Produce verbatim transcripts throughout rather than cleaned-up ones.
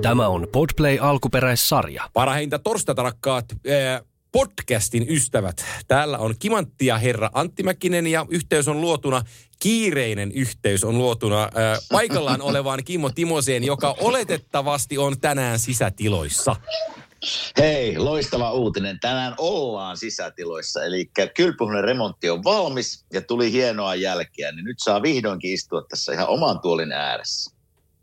Tämä on Podplay alkuperäissarja. Parhainta torstaita, rakkaat äh, podcastin ystävät. Täällä on kimanttia herra Antti Mäkinen ja yhteys on luotuna, kiireinen yhteys on luotuna äh, paikallaan olevaan Kimmo Timoseen, joka oletettavasti on tänään sisätiloissa. Hei, loistava uutinen. Tänään ollaan sisätiloissa, eli kylpyhuoneen remontti on valmis ja tuli hienoa jälkeä, niin nyt saa vihdoinkin istua tässä ihan oman tuolin ääressä.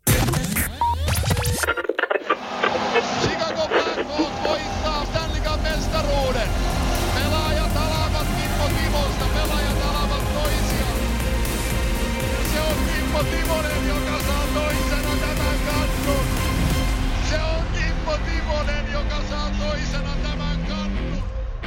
Chicago Blackhawks voittaa Stanley Cup -mestaruuden. Pelaajat alavat Kimmo Timosta, pelaajat alavat toisiaan. Se on Kimmo Timonen, joka saa toisena tämän kannun. Se on Kimmo Timonen, joka saa toisena tämän kannun.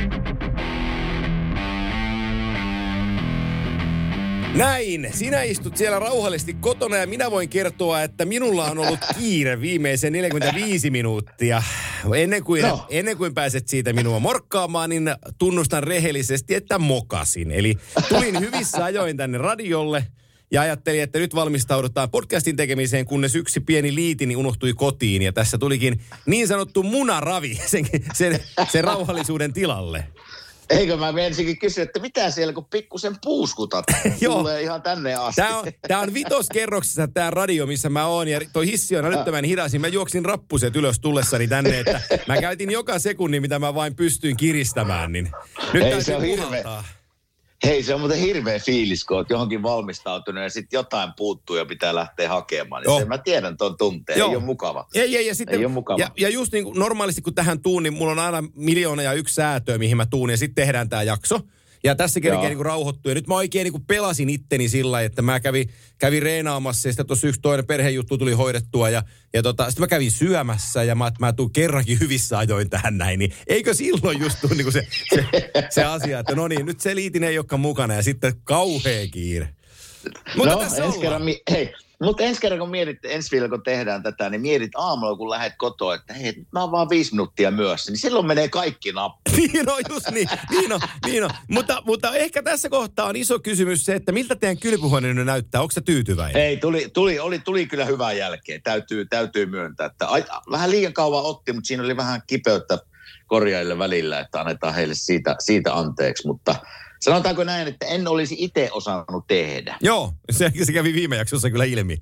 Näin, sinä istut siellä rauhallisesti kotona ja minä voin kertoa, että minulla on ollut kiire viimeisen neljäkymmentäviisi minuuttia. Ennen kuin, no. ennen kuin pääset siitä minua morkkaamaan, niin tunnustan rehellisesti, että mokasin. Eli tulin hyvissä ajoin tänne radiolle ja ajattelin, että nyt valmistaudutaan podcastin tekemiseen, kunnes yksi pieni liitini unohtui kotiin. Ja tässä tulikin niin sanottu munaravi sen, sen, sen rauhallisuuden tilalle. Eikö mä ensinkin kysyä, että mitä siellä, kun pikkusen puuskutat, tulee ihan tänne asti. Tää on, tää on vitoskerroksessa tää radio, missä mä oon, ja toi hissi on älyttömän hidas, mä juoksin rappuset ylös tullessani tänne, että mä käytin joka sekunnin, mitä mä vain pystyin kiristämään, niin nyt Ei, se on hirveä. Hei, se on muuten hirveä fiilis, kun oot johonkin valmistautunut ja sitten jotain puuttuu ja pitää lähteä hakemaan. Niin se, mä tiedän tuon tunteen, Joo. ei ole mukava. Ei, ei, ja, sitten, ei ole mukava. Ja, ja just niin kuin normaalisti kun tähän tuun, niin mulla on aina miljoona ja yksi säätöä, mihin mä tuun ja sitten tehdään tää jakso. Ja tässä kerkeä niin rauhoittuu. Ja nyt mä oikein niin kuin pelasin itteni sillä, että mä kävin, kävin reenaamassa ja sitten tuossa yksi toinen perhejuttu tuli hoidettua. Ja, ja tota, sitten mä kävin syömässä ja mä, mä tuun kerrankin hyvissä ajoin tähän näin. Niin eikö silloin just tule niin kuin se, se, se asia, että no niin, nyt se liitin ei olekaan mukana ja sitten kauhea kiire. Mutta no, tässä ensi kerran, hei, mutta ensi kerran kun mietit, ensi viikolla kun tehdään tätä, niin mietit aamulla kun lähdet kotoa, että hei, mä oon vaan viisi minuuttia myössä, niin silloin menee kaikki nappi. Niin on, just niin, niin on, niin on. Mutta, mutta ehkä tässä kohtaa on iso kysymys se, että miltä teidän kylpyhuone näyttää, onko se tyytyväinen? Ei, tuli, tuli, oli, tuli kyllä hyvää jälkeä, täytyy, täytyy myöntää, että ai, vähän liian kauan otti, mutta siinä oli vähän kipeyttä korjaajille välillä, että annetaan heille siitä, siitä anteeksi, mutta sanotaanko näin, että en olisi itse osannut tehdä. Joo, se, se kävi viime jaksossa kyllä ilmi.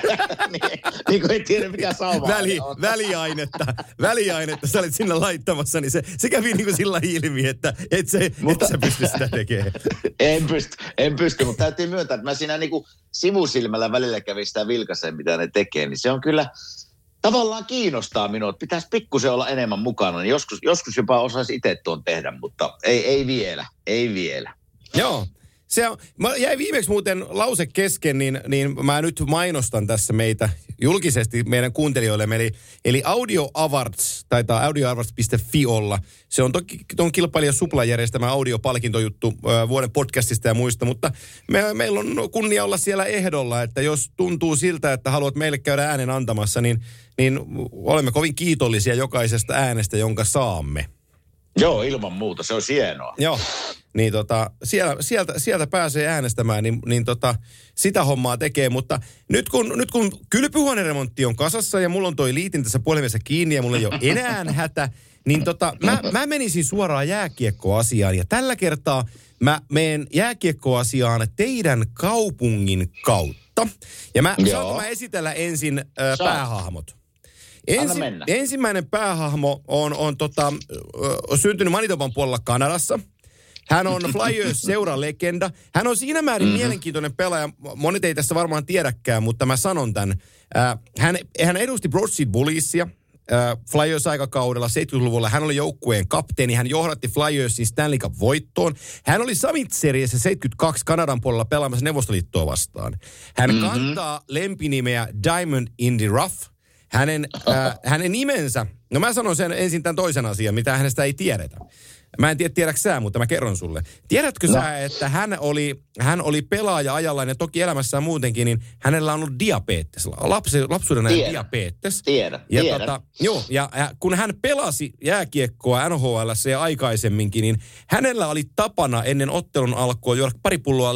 niin, niin kuin ei tiedä mikä sauma Väli, väliainetta, väliainetta sä olet sinne laittamassa, niin se, se kävi niin kuin sillä ilmi, että et, se, mutta, et sä pysty sitä tekemään. En pysty, en pysty, mutta täytyy myöntää, että mä siinä niin kuin sivusilmällä välillä kävin sitä vilkaisen, mitä ne tekee, niin se on kyllä tavallaan kiinnostaa minua, että pitäisi pikkusen olla enemmän mukana. Niin joskus, joskus jopa osaisi itse tuon tehdä, mutta ei, ei vielä, ei vielä. Joo. Se on, mä jäin viimeksi muuten lause kesken, niin, niin mä nyt mainostan tässä meitä julkisesti meidän kuuntelijoille. Eli, eli Audio Awards, taitaa audio awards piste fi olla. Se on toki ton kilpailija Supla järjestämä audiopalkintojuttu ö, vuoden podcastista ja muista, mutta me, meillä on kunnia olla siellä ehdolla, että jos tuntuu siltä, että haluat meille käydä äänen antamassa, niin, niin olemme kovin kiitollisia jokaisesta äänestä, jonka saamme. Joo, ilman muuta. Se on hienoa. Joo. Niin tota, siellä, sieltä, sieltä pääsee äänestämään, niin, niin tota, sitä hommaa tekee. Mutta nyt kun, nyt kun kylpyhuoneremontti on kasassa ja mulla on toi liitin tässä puhelimessa kiinni ja mulla ei ole enää hätä, niin tota, mä, mä menisin suoraan jääkiekkoasiaan. Ja tällä kertaa mä menen jääkiekkoasiaan teidän kaupungin kautta. Ja mä, saanko mä esitellä ensin ö, päähahmot? Ensi, ensimmäinen päähahmo on, on tota, ö, syntynyt Manitoban puolella Kanadassa. Hän on Flyers-seuran legenda. Hän on siinä määrin mm-hmm. mielenkiintoinen pelaaja. Monet ei tässä varmaan tiedäkään, mutta mä sanon tämän. Äh, hän, hän edusti Broad Street Bulliesia äh, Flyers-aikakaudella seitsemänkymmentäluvulla. Hän oli joukkueen kapteeni. Hän johdatti Flyersin Stanley Cup-voittoon. Hän oli Summit-seriassa seitsemänkymmentäkaksi Kanadan puolella pelaamassa Neuvostoliittoa vastaan. Hän mm-hmm. kantaa lempinimeä Diamond in the Rough. Hänen, äh, hänen nimensä, no mä sanon sen ensin tämän toisen asian, mitä hänestä ei tiedetä. Mä en tiedä, tiedätkö sä, mutta mä kerron sulle. Tiedätkö no. sä, että hän oli, hän oli pelaaja ajallaan ja toki elämässään muutenkin, niin hänellä on ollut diabetes. Lapsi, lapsuuden ajan diabetes. Tiedän, ja tiedän. Tota, joo, ja, ja kun hän pelasi jääkiekkoa N H L:ssä ja aikaisemminkin, niin hänellä oli tapana ennen ottelun alkua juoda pari pulloa limppaa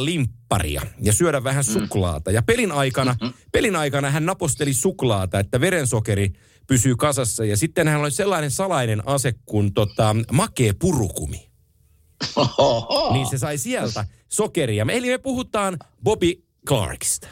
limpparia ja syödä vähän suklaata. Ja pelin aikana, pelin aikana hän naposteli suklaata, että verensokeri pysyy kasassa. Ja sitten hän oli sellainen salainen ase kuin tota, makea purukumi. Niin se sai sieltä sokeria. Eli me puhutaan Bobby Clarkista.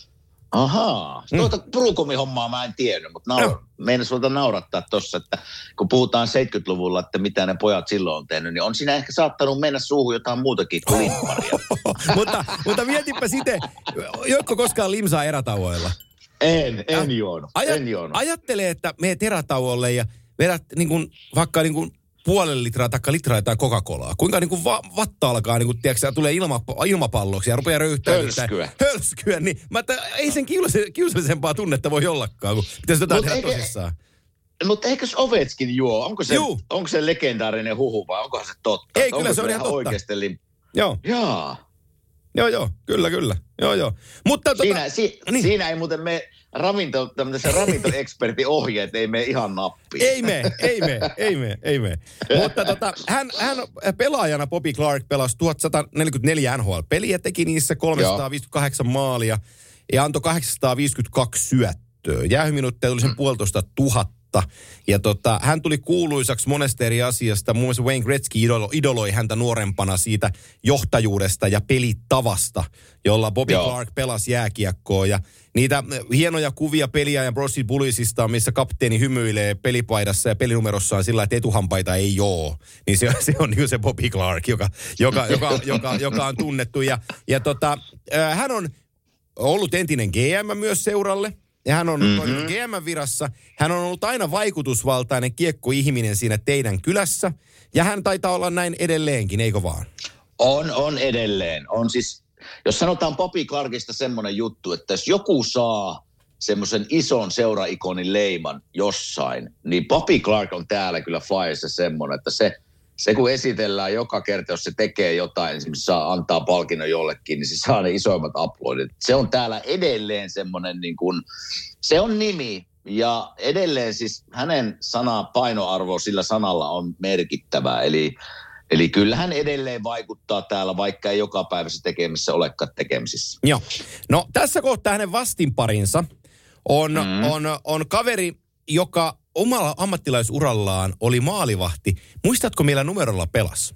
Ahaa. Tuota mm. purukumihommaa mä en tiennyt, mutta naur- no. meidän sulta naurattaa tossa, että kun puhutaan seitsemänkymmentäluvulla, että mitä ne pojat silloin on tehnyt, niin on siinä ehkä saattanut mennä suuhun jotain muutakin kuin limpparia. mutta, mutta mietipä sitten, joitko koskaan limsaa erätauoilla? En, en juonut, Ajat, en juonut. Ajattele, että meet erätauolle ja vedät niin kuin, vaikka niin kuin puolen litraa tai litraa jotain Coca-Colaa. Kuinka niin kuin va- vatta alkaa, niin kuin, tiedätkö, tulee ilma, ilmapalloksi ja rupeaa röyhtää. Hölskyä. Hölskyä, niin mä että ei sen kiusallise- kiusallisempaa tunnetta voi ollakaan, kun pitäisi jotain tehdä tosissaan. Mutta eikös Ovechkin juo? Onko se, onko se legendaarinen huhu vai onkohan se totta? Ei, kyllä se on ihan totta. Oikeasti lim... Joo. Jaa. Joo, joo, kyllä, kyllä. Joo, joo. Mutta siinä, tota, si, niin. siinä ei muuten me ravinto, tämmöisen ravintoekspertin ohjeet ei mene ihan nappiin. Ei me, ei me, ei me, ei me. Mutta tota, hän, hän pelaajana Bobby Clark pelasi tuhatsataneljäkymmentäneljä N H L-peliä, teki niissä kolmesataaviisikymmentäkahdeksan maalia ja antoi kahdeksansataaviisikymmentäkaksi syöttöä. Jäähyminuutteja tuli sen puolitoista tuhatta. Ja tota, hän tuli kuuluisaksi monesta eri asiasta. Muun muassa Wayne Gretzky idolo, idoloi häntä nuorempana siitä johtajuudesta ja pelitavasta, jolla Bobby Joo. Clark pelasi jääkiekkoa. Ja niitä hienoja kuvia peliä ja Brossi Bullisista, missä kapteeni hymyilee pelipaidassa ja pelinumerossaan sillä, että etuhampaita ei oo. Niin se, se on niin se Bobby Clark, joka, joka, joka, joka, joka on tunnettu. Ja, ja tota, äh, hän on ollut entinen G M myös seuralle. Ja hän on mm-hmm. G M-virassa. Hän on ollut aina vaikutusvaltainen kiekkoihminen siinä teidän kylässä. Ja hän taitaa olla näin edelleenkin, eikö vaan? On, on edelleen. On siis, jos sanotaan Bobby Clarkista semmoinen juttu, että jos joku saa semmoisen ison seuraikonin leiman jossain, niin Bobby Clark on täällä kyllä Flyerissa semmoinen, että se, se kun esitellään joka kerta, jos se tekee jotain, esimerkiksi saa antaa palkinnon jollekin, niin se saa ne isoimmat aplodit. Se on täällä edelleen semmoinen niin kuin, se on nimi ja edelleen siis hänen sana painoarvo sillä sanalla on merkittävää. Eli, eli kyllähän edelleen vaikuttaa täällä, vaikka ei joka päivässä tekemissä olekaan tekemisissä. Joo. No tässä kohtaa hänen vastinparinsa on, mm. on, on kaveri, joka omalla ammattilaisurallaan oli maalivahti. Muistatko millä numerolla pelasi?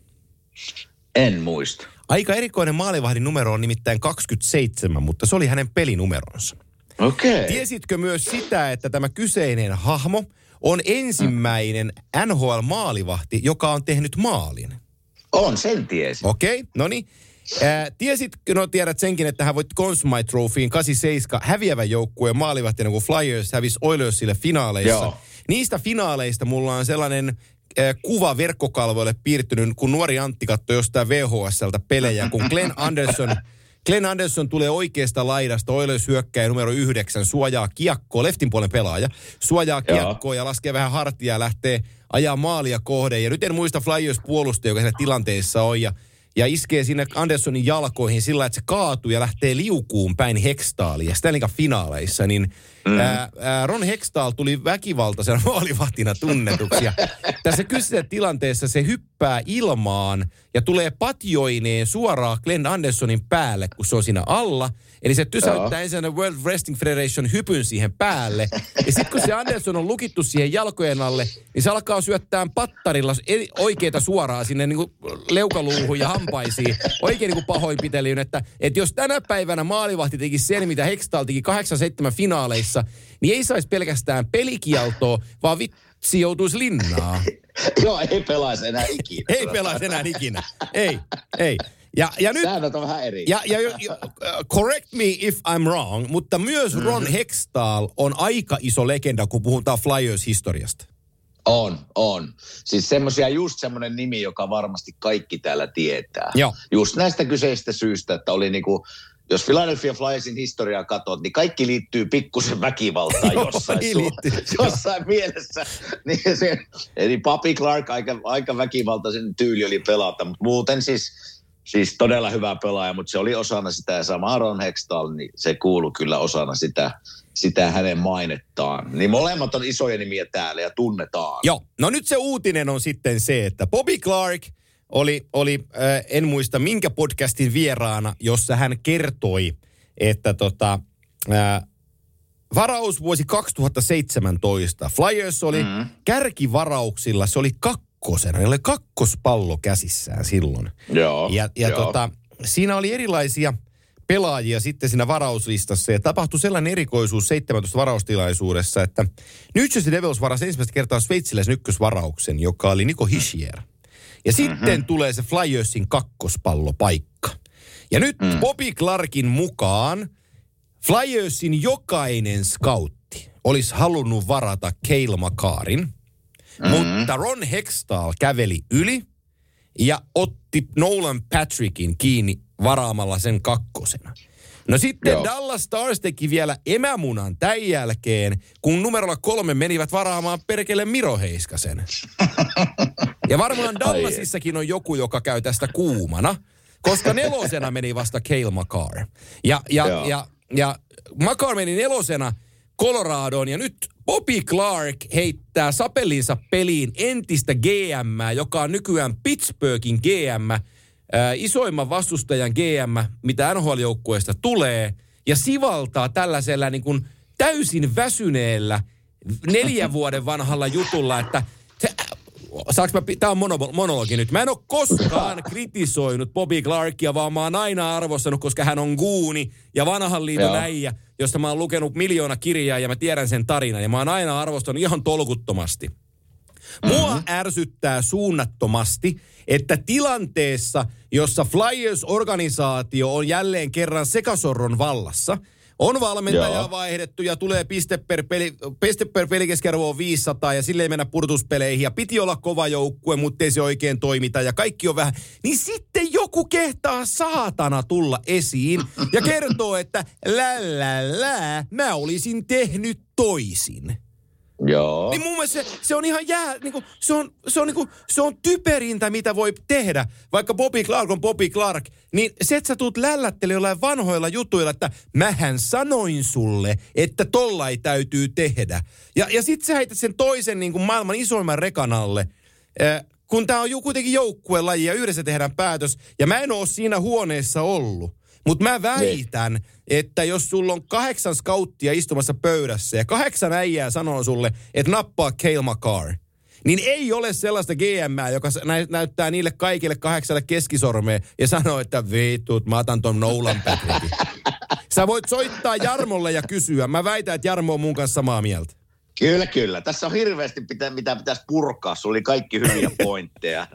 En muista. Aika erikoinen maalivahdin numero on nimittäin kaksikymmentäseitsemän, mutta se oli hänen pelinumeronsa. Okei. Okay. Tiesitkö myös sitä, että tämä kyseinen hahmo on ensimmäinen N H L-maalivahti, joka on tehnyt maalin? On, sen tiesin. Okei, okay, no niin. Ää, tiesitkö, no tiedät senkin, että hän voitti Conn Smythe Trophyin kahdeksankymmentäseitsemän häviävän joukkueen maalivahtina, kun Flyers hävisi Oilersille finaaleissa. Joo. Niistä finaaleista mulla on sellainen äh, kuva verkkokalvoille piirtynyt, kun nuori Antti katsoi jostain V H S:ltä pelejä, kun Glenn Anderson, Glenn Anderson tulee oikeasta laidasta, Oilers hyökkääjä numero yhdeksän, suojaa kiekkoa, leftin puolen pelaaja, suojaa kiekkoa ja laskee vähän hartiaa ja lähtee ajaa maalia kohden. Ja nyt en muista Flyers puolustaja, joka siinä tilanteessa on, ja Ja iskee sinne Andersonin jalkoihin sillä, että se kaatuu ja lähtee liukuun päin Hextalia Stanley Cup-finaaleissa. Niin mm. ää, ää, Ron Hextall tuli väkivaltaisena maalivahtina tunnetuksi. Ja tässä kyseisessä tilanteessa se hyppää ilmaan ja tulee patjoineen suoraan Glenn Andersonin päälle, kun se on siinä alla. Eli se tysäyttää ensin World Wrestling Federation hypyn siihen päälle. Ja sitten kun se Anderson on lukittu siihen jalkojen alle, niin se alkaa syöttää pattarilla oikeita suoraan sinne niin kuin leukaluuhun ja hampaisiin. Oikein niin kuin pahoinpitelyyn, että, että jos tänä päivänä maalivahti teki sen, mitä Hextall teki kahdeksan seitsemän finaaleissa, niin ei saisi pelkästään pelikieltoa, vaan vitsi joutuisi linnaa. Joo, ei pelaisi enää ikinä. Ei pelaisi enää ikinä. Ei, ei. Ja, ja nyt, säännöt on vähän eri. Ja, ja, ja correct me if I'm wrong, mutta myös Ron mm-hmm. Hextall on aika iso legenda, kun puhutaan Flyers-historiasta. On, on. Siis semmoisia, just semmoinen nimi, joka varmasti kaikki täällä tietää. Joo. Just näistä kyseistä syistä, että oli niinku, jos Philadelphia Flyersin historiaa katsot, niin kaikki liittyy pikkusen väkivaltaan jossain, su- jossain mielessä. Niin se, eli Bobby Clark, aika, aika väkivaltaisen tyyli oli pelata, mutta muuten siis, siis todella hyvä pelaaja, mutta se oli osana sitä, ja sama Ron Hextall, niin se kuului kyllä osana sitä, sitä hänen mainettaan. Niin molemmat on isoja nimiä täällä ja tunnetaan. Joo, no nyt se uutinen on sitten se, että Bobby Clark oli, oli äh, en muista minkä podcastin vieraana, jossa hän kertoi, että tota, äh, varausvuosi kaksituhattaseitsemäntoista. Flyers oli mm. kärkivarauksilla, se oli kakkosena, ne oli kakkospallo käsissään silloin. Joo, ja ja joo. Tota, siinä oli erilaisia pelaajia sitten siinä varauslistassa ja tapahtui sellainen erikoisuus seitsemäntoista varaustilaisuudessa, että New Jersey Devils varasi ensimmäistä kertaa sveitsiläisen ykkösvarauksen, joka oli Nico Hischier. Ja sitten mm-hmm. tulee se Flyersin kakkospallopaikka. Ja nyt mm. Bobby Clarkin mukaan Flyersin jokainen scoutti olisi halunnut varata Cale Makarin, mm-hmm. mutta Ron Hextall käveli yli ja otti Nolan Patrickin kiinni varaamalla sen kakkosena. No sitten Joo. Dallas Stars teki vielä emämunan tämän jälkeen, kun numerolla kolme menivät varaamaan perkele Miro Heiskasen. Ja varmaan Dallasissakin on joku, joka käy tästä kuumana, koska nelosena meni vasta Cale Makar. Ja, ja, ja, ja, ja Makar meni nelosena Coloradoon ja nyt Bobby Clark heittää sapellinsa peliin entistä G M:ää, joka on nykyään Pittsburghin G M, äh, isoimman vastustajan G M, mitä N H L-joukkueesta tulee, ja sivaltaa tällaisella niin kuin täysin väsyneellä neljän vuoden vanhalla jutulla, että se, saanko mä, tää on mono, monologi nyt. Mä en ole koskaan kritisoinut Bobby Clarkia, vaan mä oon aina arvostanut, koska hän on guuni ja vanhan liiton äijä, josta mä oon lukenut miljoona kirjaa ja mä tiedän sen tarinan. Ja mä oon aina arvostanut ihan tolkuttomasti. Mua mm-hmm. ärsyttää suunnattomasti, että tilanteessa, jossa Flyers-organisaatio on jälleen kerran sekasorron vallassa, on valmentajaa Joo. vaihdettu ja tulee piste per, peli, piste per pelikeskiarvo on viisisataa ja silleen mennä pudotuspeleihin ja piti olla kova joukkue, mutta ei se oikein toimita ja kaikki on vähän. Niin sitten joku kehtaa saatana tulla esiin ja kertoo, että lä lä lä, mä olisin tehnyt toisin. Joo. Niin mun mielestä se, se on ihan jää, niinku, se on, se on niinku, se on typerintä, mitä voi tehdä. Vaikka Bobby Clark on Bobby Clark, niin se, että sä tuut lällättele jollain vanhoilla jutuilla, että mähän sanoin sulle, että tollai täytyy tehdä. Ja, ja sit sä heität sen toisen niinku maailman isoimman rekan alle, äh, kun tää on kuitenkin joukkuelaji ja yhdessä tehdään päätös. Ja mä en oo siinä huoneessa ollut. Mutta mä väitän, ne. että jos sulla on kahdeksan skauttia istumassa pöydässä ja kahdeksan äijää sanoo sulle, että nappaa Cale Makar, niin ei ole sellaista G M:ää, joka nä- näyttää niille kaikille kahdeksalle keskisormeen ja sanoo, että vitut, mä otan ton Nolan Patrickin. Sä voit soittaa Jarmolle ja kysyä. Mä väitän, että Jarmo on mun kanssa samaa mieltä. Kyllä, kyllä. Tässä on hirveästi, pitä, mitä pitäisi purkaa. Se oli kaikki hyviä pointteja.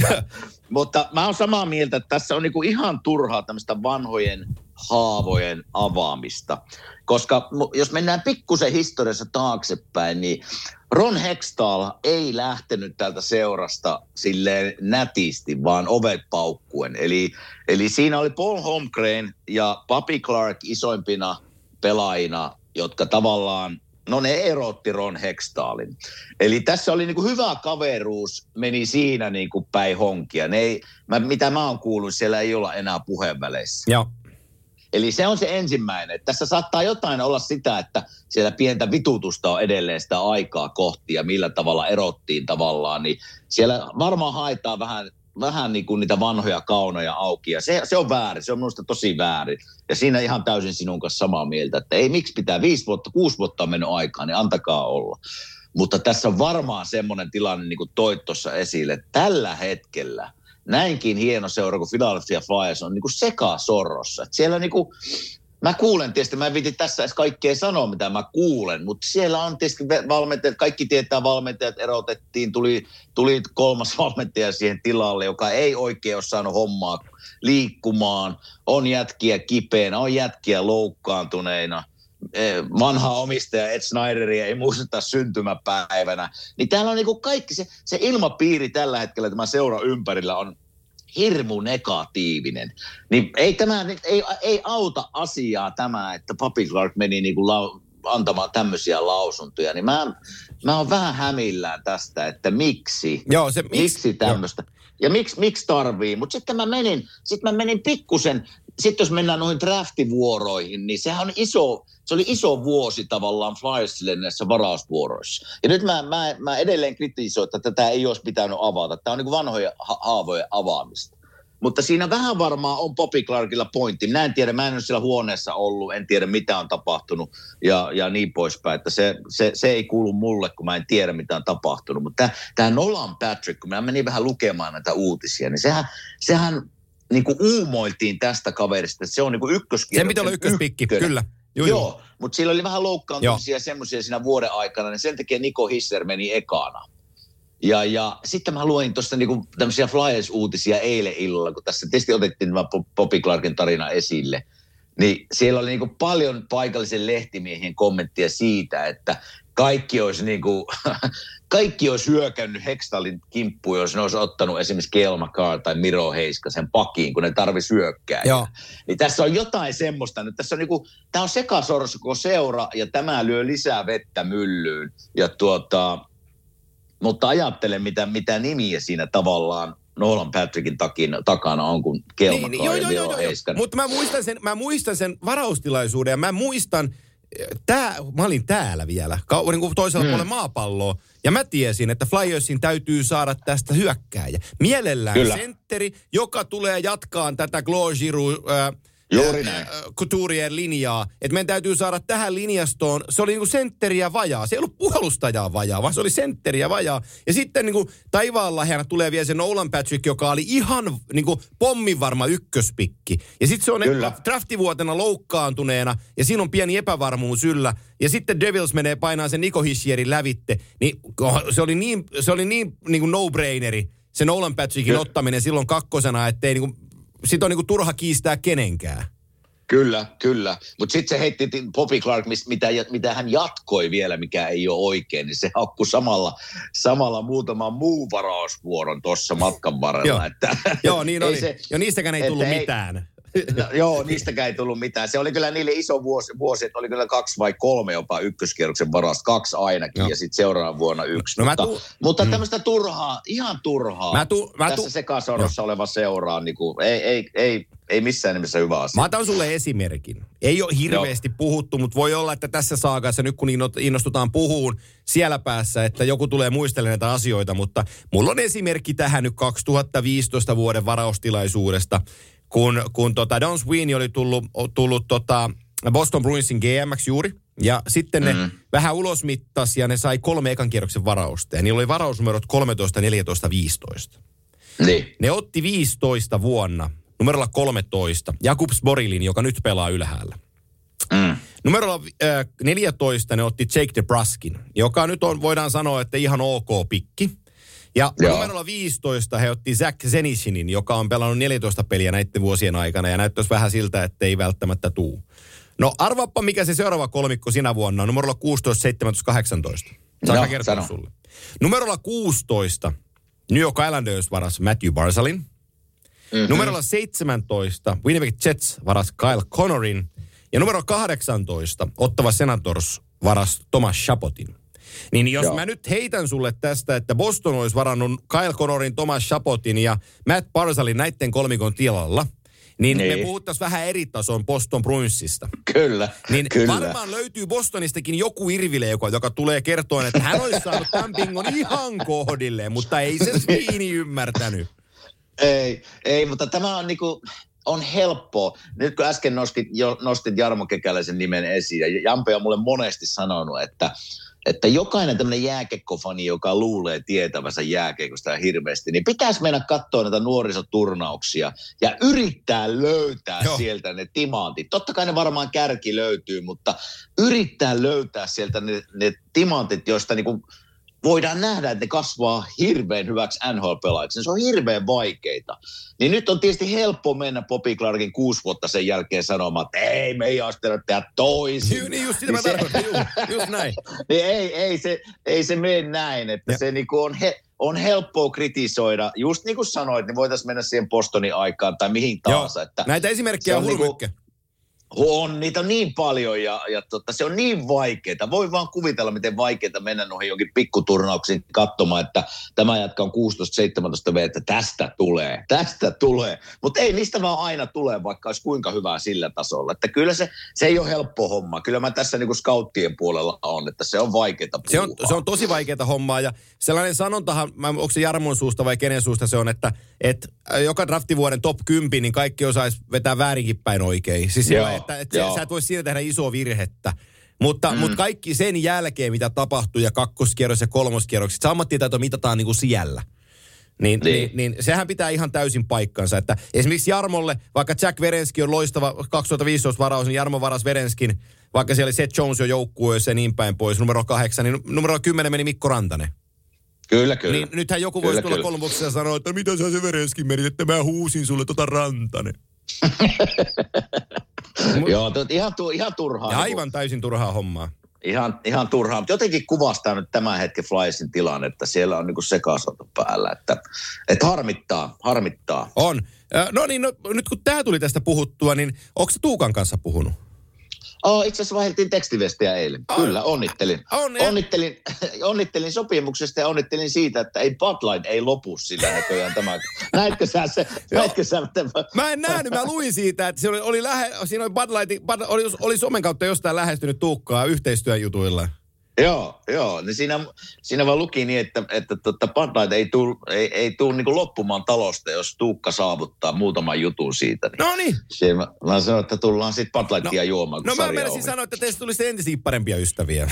Mutta mä oon samaa mieltä, että tässä on niinku ihan turhaa tämmöistä vanhojen haavojen avaamista. Koska jos mennään pikkusen historiassa taaksepäin, niin Ron Hextall ei lähtenyt tältä seurasta silleen nätisti, vaan ovet paukkuen. Eli, eli siinä oli Paul Holmgren ja Bobby Clark isoimpina pelaajina, jotka tavallaan no ne erotti Ron Hextallin. Eli tässä oli niinku hyvä kaveruus, meni siinä niinku päin honkia. Ne ei, mä, mitä mä oon kuullut, siellä ei olla enää puheenväleissä. Joo. Eli se on se ensimmäinen. Tässä saattaa jotain olla sitä, että siellä pientä vitutusta on edelleen sitä aikaa kohti ja millä tavalla erottiin tavallaan. Niin siellä varmaan haetaan vähän, vähän niin kuin niitä vanhoja kaunoja auki ja se, se on väärin. Se on minusta tosi väärin. Ja siinä ihan täysin sinun kanssa samaa mieltä, että ei miksi pitää viisi vuotta, kuusi vuotta on mennyt aikaa, niin antakaa olla. Mutta tässä on varmaan semmoinen tilanne, niin kuin toit tuossa esille, että tällä hetkellä näinkin hieno seura kuin Philadelphia Flyers on niin kuin sekasorrossa. Että siellä niin kuin, mä kuulen tietysti, mä en viiti tässä edes kaikkea sanoa, mitä mä kuulen, mutta siellä on tietysti valmentajat, kaikki tietää valmentajat erotettiin, tuli, tuli kolmas valmentaja siihen tilalle, joka ei oikein ole saanut hommaa liikkumaan, on jätkiä kipeänä, on jätkiä loukkaantuneina. Vanha omistaja Ed Snyderia ei muisteta syntymäpäivänä. Niin täällä on niinku kaikki se, se ilmapiiri tällä hetkellä, tämä seura ympärillä on hirmu negatiivinen. Niin ei, tämä, ei, ei auta asiaa tämä, että Bobby Clark meni niinku lau, antamaan tämmöisiä lausuntoja. Niin mä, mä oon vähän hämillään tästä, että miksi, Joo, se, miksi, miksi tämmöistä. Ja miksi, miksi tarvii? Mutta sitten mä menin, sit mä menin pikkusen sitten jos mennään noihin draftivuoroihin, niin sehän on iso, se oli iso vuosi tavallaan Flyersille näissä varausvuoroissa. Ja nyt mä, mä, mä edelleen kritisoin, että tätä ei olisi pitänyt avata. Tämä on niin kuin vanhojen ha- haavojen avaamista. Mutta siinä vähän varmaan on Bobby Clarkilla pointti. Minä en tiedä, mä en ole siellä huoneessa ollut, en tiedä mitä on tapahtunut ja, ja niin poispäin. Että se, se, se ei kuulu mulle, kun mä en tiedä mitä on tapahtunut. Mutta tämä Nolan Patrick, kun mä menin vähän lukemaan näitä uutisia, niin sehän, sehän niin kuin uumoiltiin tästä kaverista. Se on niin kuin ykköskierroksen Se pitää olla ykköspikki, ykkönen. Kyllä. Joo, Joo, mutta sillä oli vähän loukkaantumisia semmoisia siinä vuoden aikana, niin sen takia Nico Hisser meni ekana. Ja, ja sitten mä luin tuosta niinku tämmöisiä Flyers-uutisia eilen illalla, kun tässä tietysti otettiin tämä Bobby Clarkin tarina esille. Niin siellä oli niinku paljon paikallisen lehtimiehien kommenttia siitä, että kaikki olisi, niinku, kaikki olisi hyökännyt Hextallin kimppuun, jos ne olisi ottanut esimerkiksi Cale Makar tai Miro Heiskasen pakiin, kun ne tarvitsisi hyökkää. Niin tässä on jotain semmoista. Nyt tässä on niinku, tämä on sekasorsko seura ja tämä lyö lisää vettä myllyyn. Ja tuota... Mutta ajattele, mitä, mitä nimiä siinä tavallaan Nolan Patrickin takin, takana on, kun Cale Makar niin, ja Miro Heiskanen. Mutta mä muistan sen, mä muistan sen varaustilaisuuden ja mä muistan, tää, mä olin täällä vielä, niin kuin toisella mm. puolella maapalloa. Ja mä tiesin, että Flyersin täytyy saada tästä hyökkääjä. Mielellään Kyllä. sentteri, joka tulee jatkaan tätä Claude Giroux, äh, Juuri näin. Couturien linjaa. Että meidän täytyy saada tähän linjastoon, se oli niinku sentteriä vajaa. Se ei ollut puolustajaa vajaa, vaan se oli sentteriä vajaa. Ja sitten niinku taivaanlahjana tulee vielä se Nolan Patrick, joka oli ihan niinku pomminvarma ykköspikki. Ja sitten se on Kyllä. draftivuotena loukkaantuneena, ja siinä on pieni epävarmuus yllä. Ja sitten Devils menee painaa sen Nico Hischierin lävitte. Niin se oli niin, se oli niin niinku no-braineri, se Nolan Patrickin Kyllä. ottaminen silloin kakkosena, ettei niinku... Sitten on niinku turha kiistää kenenkään. Kyllä, kyllä. Mutta sitten se heitti Bobby Clark, mitä, mitä hän jatkoi vielä, mikä ei ole oikein, niin se haukkui samalla, samalla muutaman muun varausvuoron tuossa matkan varrella. Joo, että, Joo niin oli. Se, ja niistäkään ei tullut ei, mitään. No, joo, niistäkään ei tullut mitään. Se oli kyllä niille iso vuosi, vuosi että oli kyllä kaksi vai kolme jopa ykköskierroksen varasta, kaksi ainakin, no. ja sitten seuraavana vuonna yksi. No, mutta tu- mutta mm. tämmöistä turhaa, ihan turhaa, mä tu- mä tu- tässä sekasorrossa no. oleva seuraa, niin kuin, ei, ei, ei, ei missään nimessä hyvä asia. Mä otan sulle esimerkin. Ei ole hirveästi Joo. puhuttu, mutta voi olla, että tässä saakassa, nyt kun innostutaan puhuun siellä päässä, että joku tulee muistelemaan näitä asioita, mutta mulla on esimerkki tähän nyt kaksituhattaviisitoista vuoden varaustilaisuudesta, kun, kun tota Don Sweeney oli tullut, tullut tota Boston Bruinsin G M:ksi juuri, ja sitten ne mm. vähän ulosmittas ja ne sai kolme ekan kierroksen varausta, ja niillä oli varausnumerot kolmetoista, neljätoista, viisitoista. Niin. Ne otti viisitoista vuonna, numerolla kolmetoista, Jakub Zborilin, joka nyt pelaa ylhäällä. Mm. Numerolla äh, neljätoista ne otti Jake DeBruskin, joka nyt on, voidaan sanoa, että ihan ok pikki. Ja Joo. numerolla viisitoista he otti Zach Senyshinin, joka on pelannut neljätoista peliä näiden vuosien aikana ja näyttäisi vähän siltä, että ei välttämättä tuu. No arvaappa, mikä se seuraava kolmikko sinä vuonna on. Numerolla kuusitoista, seitsemäntoista, kahdeksantoista. Saanko kertoa sano. sulle? Numerolla kuusitoista New York Islanders varas Matthew Barzalin. Mm-hmm. Numerolla seitsemäntoista Winnipeg Jets varas Kyle Connorin. Ja numero kahdeksantoista Ottawa Senators varas Thomas Chapotin. Niin jos Joo. mä nyt heitän sulle tästä, että Boston olisi varannut Kyle Connorin, Thomas Chapotin ja Matt Barzalin näiden kolmikon tilalla, niin, niin. me puhuttaisiin vähän eri tason Boston Bruinsista. Kyllä, niin kyllä. varmaan löytyy Bostonistakin joku irvile, joka, joka tulee kertoa, että hän olisi saanut tämän pingon ihan kohdilleen, mutta ei se Sweeney ymmärtänyt. Ei, ei, mutta tämä on niinku... On helppoa. Nyt kun äsken nostit, jo, nostit Jarmo Kekäläisen nimen esiin, ja Jampe on mulle monesti sanonut, että, että jokainen tämmöinen jääkekkofani, joka luulee tietävänsä jääkeikosta hirveästi, niin pitäisi mennä katsoa näitä nuorisoturnauksia ja yrittää löytää Joo. sieltä ne timantit. Totta kai ne varmaan kärki löytyy, mutta yrittää löytää sieltä ne, ne timantit, joista niinku voidaan nähdä, että ne kasvaa hirveän hyväksi N H L-pelaajiksi. Se on hirveän vaikeita. Niin nyt on tietysti helppo mennä Bobby Clarkin kuusi vuotta sen jälkeen sanomaan, että ei, me ei olisi tehdä toisin. Niin just sitä mä tarkoitan, just näin. Niin ei, ei, se, ei se mene näin, että ja. se niinku on, he, on helppoa kritisoida. Just niin kuin sanoit, niin voitaisiin mennä siihen Bostonin aikaan tai mihin tahansa. Että näitä esimerkkiä on hulmykke. Niinku, On niitä niin paljon ja, ja totta, se on niin vaikeaa. Voi vaan kuvitella, miten vaikeaa mennä noihin jonkin pikkuturnauksiin katsomaan, että tämä jatka on kuusitoista seitsemäntoista vuotta, että tästä tulee, tästä tulee. Mutta ei niistä vaan aina tule, vaikka olisi kuinka hyvää sillä tasolla. Että kyllä se, se ei ole helppo homma. Kyllä mä tässä niinku scouttien puolella on, että se on vaikeaa puhua. Se on, se on tosi vaikeaa hommaa ja sellainen sanontahan, onko se Jarmon suusta vai kenen suusta se on, että, että joka draftivuoden top kymmenen, niin kaikki osaisi vetää väärinkin päin oikein. Siis Joo, sillä, että, että sä et voi siinä tehdä isoa virhettä. Mutta, mm. mutta kaikki sen jälkeen, mitä tapahtuu ja kakkoskierros ja kolmoskierrokset, se ammattitaito mitataan niin kuin siellä. Niin, niin. Niin, niin sehän pitää ihan täysin paikkansa. Että esimerkiksi Jarmolle, vaikka Jack Werenski on loistava kaksituhattaviisitoista varaus, niin Jarmo varas Werenskin, vaikka siellä oli Seth Jones jo joukkueessa ja niin päin pois, numero kahdeksan, niin numero kymmenen meni Mikko Rantanen. Kyllä, kyllä. Niin nythän joku voisi tulla kolmoksessa ja sanoa, että mitä sä se Werenskin menit, että mä huusin sulle tota Rantanen. Joo, tuot, ihan, tu, ihan turhaa. Ja aivan täysin turhaa hommaa. Ihan, ihan turhaa, mutta jotenkin kuvastaa nyt tämän hetken Flyersin tilanne, että siellä on niinku sekasauto päällä, että, että harmittaa, harmittaa. On. No niin, no, nyt kun tämä tuli tästä puhuttua, niin onko se Tuukan kanssa puhunut? Oh, itse asiassa vaihdeltiin tekstivestiä eilen. Oh. Kyllä, onnittelin. On, onnittelin. onnittelin sopimuksesta ja onnittelin siitä, että ei Bud Light ei lopu sillä näköjään tämä. Näitkö sä se? Näitkö sä? Mä en nähnyt, mä luin siitä, että se oli, oli lähe, siinä oli Bud Light, Bud, oli, oli somen kautta jostain lähestynyt Tuukkaa yhteistyöjutuilla. Joo, joo. Niin siinä, siinä vaan luki niin, että, että tota Bud Light ei tule ei, ei tuu niinku loppumaan talosta, jos Tuukka saavuttaa muutaman jutun siitä. Niin no niin. Mä, mä sanoin, että tullaan sitten Bud Lightia no, juomaan, kun no, mä menisin sanoa, että teistä tulisi entisiä parempia ystäviä.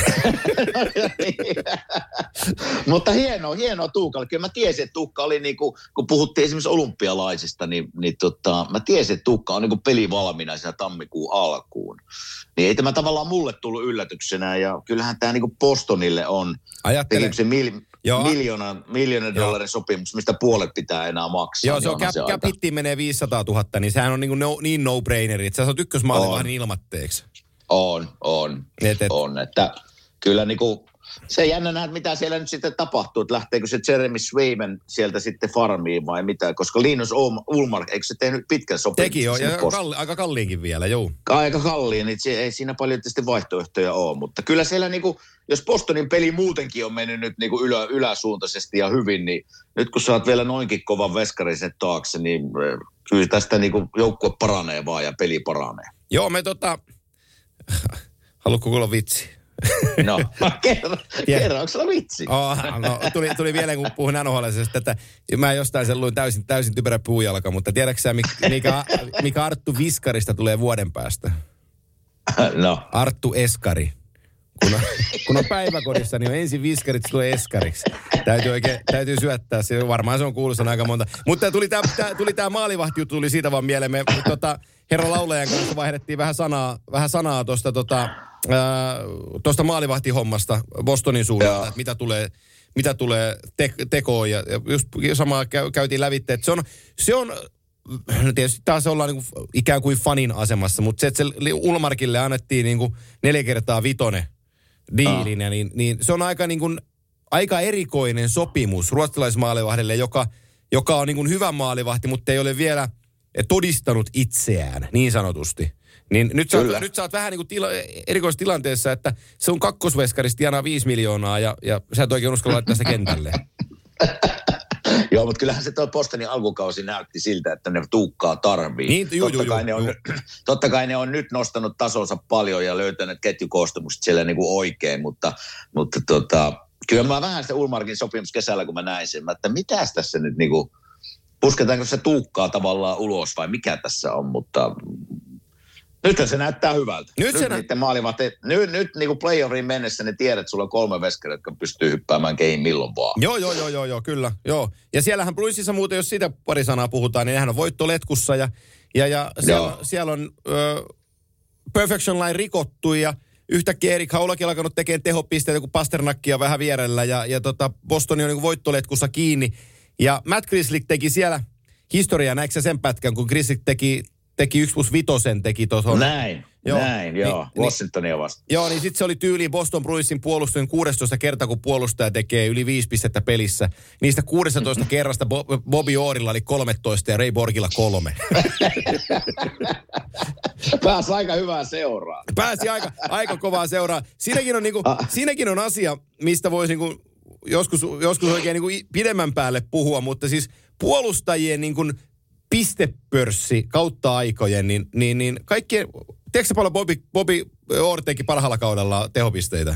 Mutta hienoa, hienoa Tuukalle. Kyllä mä tiesin, että Tuukka oli niinku, kun puhuttiin esimerkiksi olympialaisista, niin, niin tota, mä tiesin, että Tuukka on niinku pelivalmiina siinä tammikuun alkuun. Niin ei tämä tavallaan mulle tullut yllätyksenä ja kyllähän tämä niinku Bostonille on se mil, miljoonan, miljoonan dollarin sopimus, mistä puolet pitää enää maksaa. Joo, se on cap, capittiin menee viisisataatuhatta, niin sehän on niin, no, niin no-braineri, että sä saat ykkösmaalivahdin ilmatteeksi. On, on, et, et. on. Että kyllä niinku, se jännä nähdä, mitä siellä nyt sitten tapahtuu, että lähteekö se Jeremy Swayman sieltä sitten farmiin vai mitä, koska Linus Ullmark, eikö se tehnyt pitkän sopimuksen? Teki jo, ja kalli, aika kalliinkin vielä, joo. Aika kalliin, niin se, ei siinä paljon tietysti vaihtoehtoja ole, mutta kyllä siellä niinku, jos Bostonin peli muutenkin on mennyt nyt niinku ylä, yläsuuntaisesti ja hyvin, niin nyt kun sä oot vielä noinkin kovan veskarisen taakse, niin kyllä tästä niinku joukkue paranee vaan ja peli paranee. Joo, me tota, haluatko kuulla vitsi? No, kerro, kerro, onko sulla vitsi? Oh, no, tuli, tuli vielä, kun puhun N H L:stä, että mä jostain sen luin täysin, täysin typerä puujalka, mutta tiedätkö sä, mikä, mikä Arttu Viskarista tulee vuoden päästä? No. Arttu Eskari. Kun on, kun on päiväkodissa, niin on ensin viskarit, tulee eskariksi. Täytyy oikein, täytyy syöttää se. Varmaan se on kuulussa aika monta. Mutta tuli tämä tuli tää maalivahti tuli siitä vaan mieleen. Me tota, herra laulajan kanssa vaihdettiin vähän sanaa, vähän sanaa tuosta tota, äh, maalivahtihommasta Bostonin suunnalta, että mitä tulee, mitä tulee te, tekoon. Ja, ja just samaa käy, käytiin lävitteen, että se on, se on tietysti taas ollaan niin kuin ikään kuin fanin asemassa, mutta se, että se Ullmarkille annettiin niin kuin neljä kertaa vitonen diilin, ah. niin, niin se on aika, niin kuin, aika erikoinen sopimus ruotsalaismaalivahdelle, joka, joka on niin kuin hyvä maalivahti, mutta ei ole vielä todistanut itseään, niin sanotusti. Niin nyt sä, oot, nyt sä oot vähän niin kuin tila, erikoistilanteessa, että se on kakkosveskarista tienaa viisi miljoonaa ja, ja sä et oikein uskalla laittaa sitä kentälle. Joo, mutta kyllähän se tuo Bostonin alkukausi näytti siltä, että ne Tuukkaa tarvii. Niin, juu, totta, juu, kai juu, ne on, totta kai ne on nyt nostanut tasonsa paljon ja löytänyt ketjukoostumukset siellä niin kuin oikein, mutta, mutta tota, kyllä mä vähän sitä Ullmarkin sopimus kesällä, kun mä näin sen, että mitäs tässä nyt niin kuin, pusketaanko se Tuukkaa tavallaan ulos vai mikä tässä on, mutta nythän se näyttää hyvältä. Nyt, nyt, nä- maalivahti, nyt, nyt niin kuin playoffriin mennessä ne tiedät, että sulla on kolme veskaria, jotka pystyy hyppäämään keihin milloin vaan. Joo, joo, joo, joo, joo, kyllä. Joo. Ja siellähän Bluesissa muuten, jos siitä pari sanaa puhutaan, niin nehän on voittoletkussa ja, ja, ja siellä, siellä on ö, perfection line rikottu ja yhtäkkiä Erik Haulakin alkanut tekemään tehopisteitä, kun Pasternakkia vähän vierellä ja, ja tota Bostoni on niin kuin voittoletkussa kiinni. Ja Matt Grzelcyk teki siellä historiaa, näetkö sä sen pätkän, kun Grzelcyk teki... Teki yksi plus vitosen, teki tuohon. Näin. Joo. Näin, joo. Ni, Washingtonia vastaan. Joo, niin sitten se oli tyyliin Boston Bruinsin puolustajan kuusitoista kertaa, kun puolustaja tekee yli viisi pistettä pelissä. Niistä kuusitoista kerrasta Bo- Bobby Orrilla oli kolmetoista ja Ray Borgilla kolme. Pääsi aika hyvää seuraa. Pääsi aika, aika kovaa seuraa. Siinäkin on, niinku, Ah. siinäkin on asia, mistä voisi niinku joskus, joskus oikein niinku pidemmän päälle puhua, mutta siis puolustajien niinku pistepörssi kautta aikojen, niin, niin, niin kaikkien, tiedätkö sä paljon Bobby, Bobby Orr teki parhaalla kaudella tehopisteitä?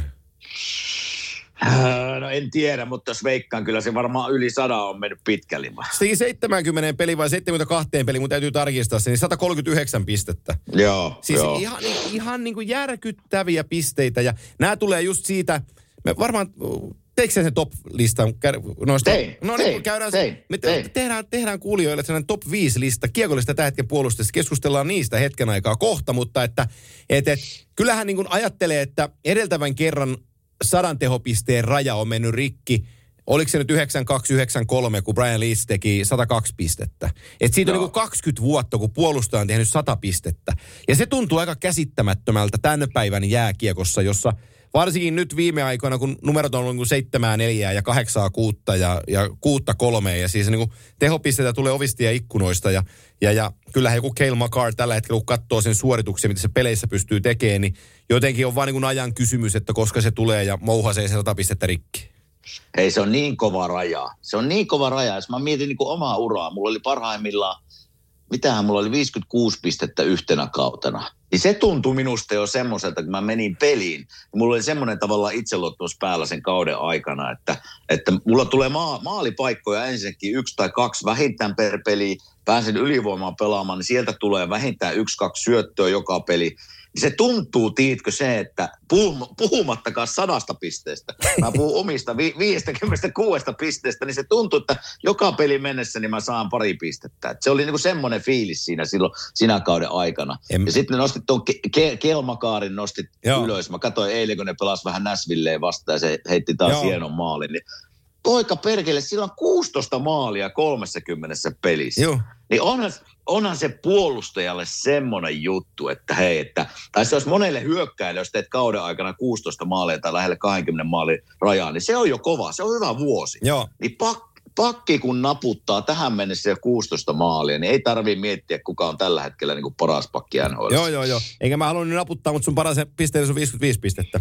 No en tiedä, mutta jos veikkaan, kyllä se varmaan yli sada on mennyt pitkälle. Se teki seitsemänkymmentä peliä vai seitsemänkymmentäkaksi peliä, mun täytyy tarkistaa se, niin sata kolmekymmentäyhdeksän pistettä. Joo, Siis joo. ihan, ihan niin kuin järkyttäviä pisteitä ja nämä tulee just siitä, me varmaan, teikö sen top-listan noista? Tein, no niin, tein, käydään, tein, me te, tein. tehdään, tehdään kuulijoille sellainen top viisi lista kiekollista tämän hetken puolustajista. Keskustellaan niistä hetken aikaa kohta, mutta että et, et, kyllähän niin kuin ajattelee, että edeltävän kerran sadan tehopisteen raja on mennyt rikki. Oliko se nyt yhdeksänkymmentäkaksi yhdeksänkymmentäkolme, kun Brian Leetz teki sata kaksi pistettä. Et siitä on Joo. niin kuin kaksikymmentä vuotta, kun puolustaja on tehnyt sata pistettä. Ja se tuntuu aika käsittämättömältä tämän päivän jääkiekossa, jossa varsinkin nyt viime aikoina, kun numerot on ollut niin seitsemää neljää ja kahdeksaa kuutta ja, ja kuutta kolmea. Ja siis niin kuin tehopisteitä tulee ovista ja ikkunoista. Ja, ja, ja kyllähän joku Cale Makar tällä hetkellä, kun katsoo sen suorituksia, mitä se peleissä pystyy tekemään, niin jotenkin on vaan niin kuin ajan kysymys, että koska se tulee ja mouhasee se sata pistettä rikki. Ei, se on niin kova raja. Se on niin kova raja. Jos mä mietin niin kuin omaa uraa, mulla oli parhaimmillaan, mitähän mulla oli viisikymmentäkuusi pistettä yhtenä kautena. Niin se tuntui minusta jo semmoiselta, kun mä menin peliin. Ja mulla oli semmoinen tavallaan itseluottamus päällä sen kauden aikana, että, että mulla tulee maa, maalipaikkoja ensinnäkin yksi tai kaksi vähintään per peli. Pääsen ylivoimaan pelaamaan, niin sieltä tulee vähintään yksi, kaksi syöttöä joka peli. Se tuntuu, tiitkö, se, että puhumattakaan sadasta pisteestä, mä puhun omista vi- viisikymmentäkuusi pisteestä, niin se tuntuu, että joka peli mennessä niin mä saan pari pistettä. Et se oli niinku semmoinen fiilis siinä silloin, siinä kauden aikana. En... Ja sitten ne nostit tuon Ke- Ke- Kelmakaarin nostit Joo. ylös. Mä katsoin eilen, kun ne pelasi vähän Nashvilleen vastaan ja se heitti taas Joo. hienon maalin. Niin poika perkele, sillä on kuusitoista maalia kolmekymmentä pelissä. Joo. Niin onhan, onhan se puolustajalle semmoinen juttu, että hei, että, tai se olisi monelle hyökkäille, jos teet kauden aikana kuusitoista maalia tai lähelle kaksikymmentä maalin rajaa, niin se on jo kova, se on hyvä vuosi. Joo. Niin pak, pakki kun naputtaa tähän mennessä jo kuusitoista maalia, niin ei tarvitse miettiä, kuka on tällä hetkellä niin kuin paras pakki N H L. Joo, joo, joo. Eikä mä halunnut naputtaa, mutta sun paras pisteellä on viisikymmentäviisi pistettä.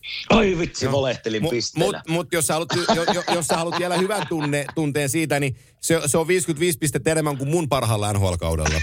Ai vitsi, valehtelin pisteellä. Mutta mut jos, jos, jos sä haluat vielä hyvän tunne, tunteen siitä, niin se, se on viisikymmentäviisi pistettä enemmän kuin mun parhaalla N H L-kaudella.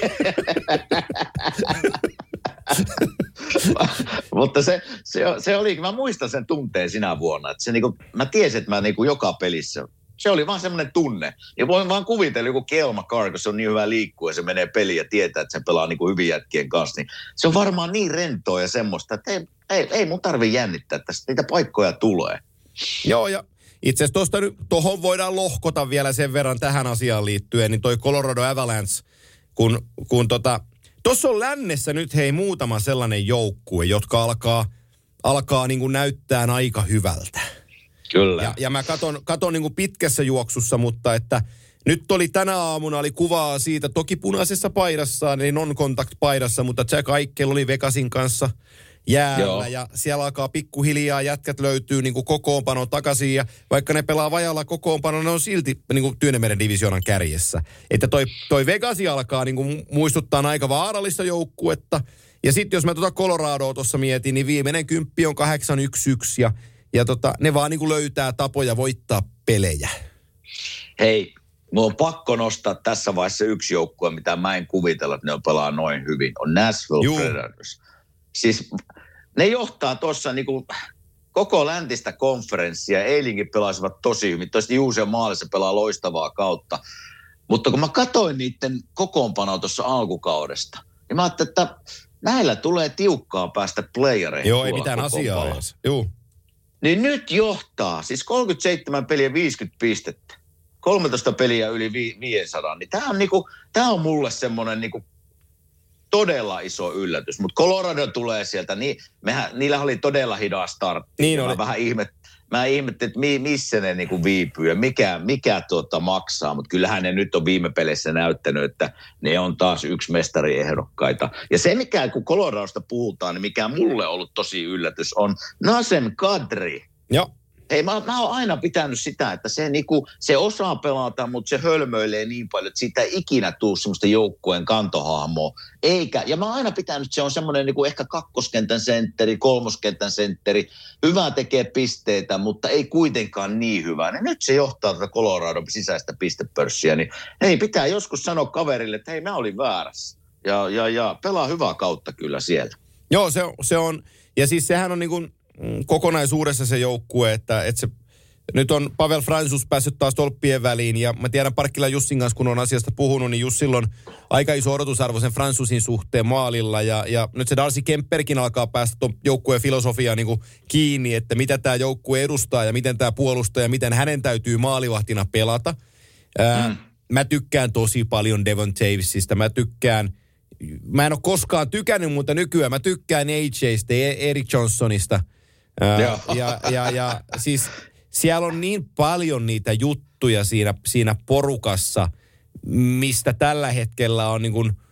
Mutta se, se, se oli, mä muistan sen tunteen sinä vuonna, että se niinku, mä tiesin, että mä niinku joka pelissä, se oli vaan semmoinen tunne. Ja voin vaan kuvitella joku Cale Makar, kun se on niin hyvä liikkua ja se menee peliin ja tietää, että se pelaa niinku hyvin jätkien kanssa, niin se on varmaan niin rentoa ja semmoista, että ei, ei, ei mun tarvitse jännittää, että niitä paikkoja tulee. Joo, ja itse asiassa tuosta nyt, tohon voidaan lohkota vielä sen verran tähän asiaan liittyen, niin toi Colorado Avalanche, kun, kun tota, tuossa on lännessä nyt hei muutama sellainen joukkue, jotka alkaa, alkaa niin kuin näyttää aika hyvältä. Kyllä. Ja, ja mä katon, katon niin kuin pitkässä juoksussa, mutta että nyt oli tänä aamuna oli kuvaa siitä, toki punaisessa paidassaan, eli non-contact paidassa, mutta Jack Eichel oli Vegasin kanssa jäällä. Joo. Ja siellä alkaa pikkuhiljaa jätkät löytyy niin kuin kokoonpano takaisin ja vaikka ne pelaa vajalla kokoonpano, ne on silti niin kuin Tyynemeren divisioonan kärjessä. Että toi, toi Vegasi alkaa niin kuin muistuttaa aika vaarallista joukkuetta. Ja sitten jos mä tuota Coloradoa tuossa mietin, niin viimeinen kymppi on kahdeksan yksi yksi ja, ja tota, ne vaan niin kuin löytää tapoja voittaa pelejä. Hei, mulla on pakko nostaa tässä vaiheessa yksi joukkue, mitä mä en kuvitella, että ne on pelaa noin hyvin. On Nashville Juu. Predators. Siis ne johtaa tuossa niinku koko läntistä konferenssia. Eilinkin pelasivat tosi hyvin. Toisesti Juusen maalissa pelaa loistavaa kautta. Mutta kun mä katsoin niiden kokoonpanoa tuossa alkukaudesta, niin mä ajattelin, että näillä tulee tiukkaa päästä playereihin. Joo, ei mitään asiaa edes. Joo. Niin nyt johtaa, siis kolmekymmentäseitsemän peliä viisikymmentä pistettä. kolmetoista peliä yli vi- viisisataa. Niin tää on, niinku, tää on mulle semmoinen niinku todella iso yllätys. Mutta Colorado tulee sieltä, niin mehän, niillä oli todella hidas startti. Niin mä oli. vähän ihmet, mä ihmettelin, että mi, missä ne niinku viipyy ja mikä, mikä tuota maksaa. Mutta kyllähän ne nyt on viime peleissä näyttänyt, että ne on taas yksi mestariehdokkaita. Ja se, mikä kun Coloradosta puhutaan, niin mikä mulle on ollut tosi yllätys, on Nazem Kadri. Joo. Hei, mä, mä oon aina pitänyt sitä, että se, niinku, se osaa pelata, mutta se hölmöilee niin paljon, että siitä ei ikinä tule semmoista joukkueen kantohahmoa. Eikä, ja mä oon aina pitänyt, että se on semmoinen niinku ehkä kakkoskentän sentteri, kolmoskentän sentteri. Hyvä tekee pisteitä, mutta ei kuitenkaan niin hyvää. Ja nyt se johtaa tätä Coloradon sisäistä pistepörssiä, niin hei, pitää joskus sanoa kaverille, että hei, mä olin väärässä. Ja, ja, ja pelaa hyvää kautta kyllä siellä. Joo, se, se on, ja siis sehän on niin kuin kokonaisuudessa se joukkue, että, että se, nyt on Pavel Francouz päässyt taas tolppien väliin, ja mä tiedän Parkkila Jussin kanssa, kun on asiasta puhunut, niin Jussilla on aika iso odotusarvo sen Francouzin suhteen maalilla, ja, ja nyt se Darcy Kemperkin alkaa päästä tuon joukkueen filosofiaan niin kuin kiinni, että mitä tämä joukkue edustaa, ja miten tämä puolustaa, ja miten hänen täytyy maalivahtina pelata. Ää, mm. Mä tykkään tosi paljon Devon Tavesista, mä tykkään Mä en ole koskaan tykännyt, mutta nykyään mä tykkään A J:stä ja Eric Johnsonista. Ää, ja, ja, ja siis siellä on niin paljon niitä juttuja siinä, siinä porukassa, mistä tällä hetkellä on niin kuin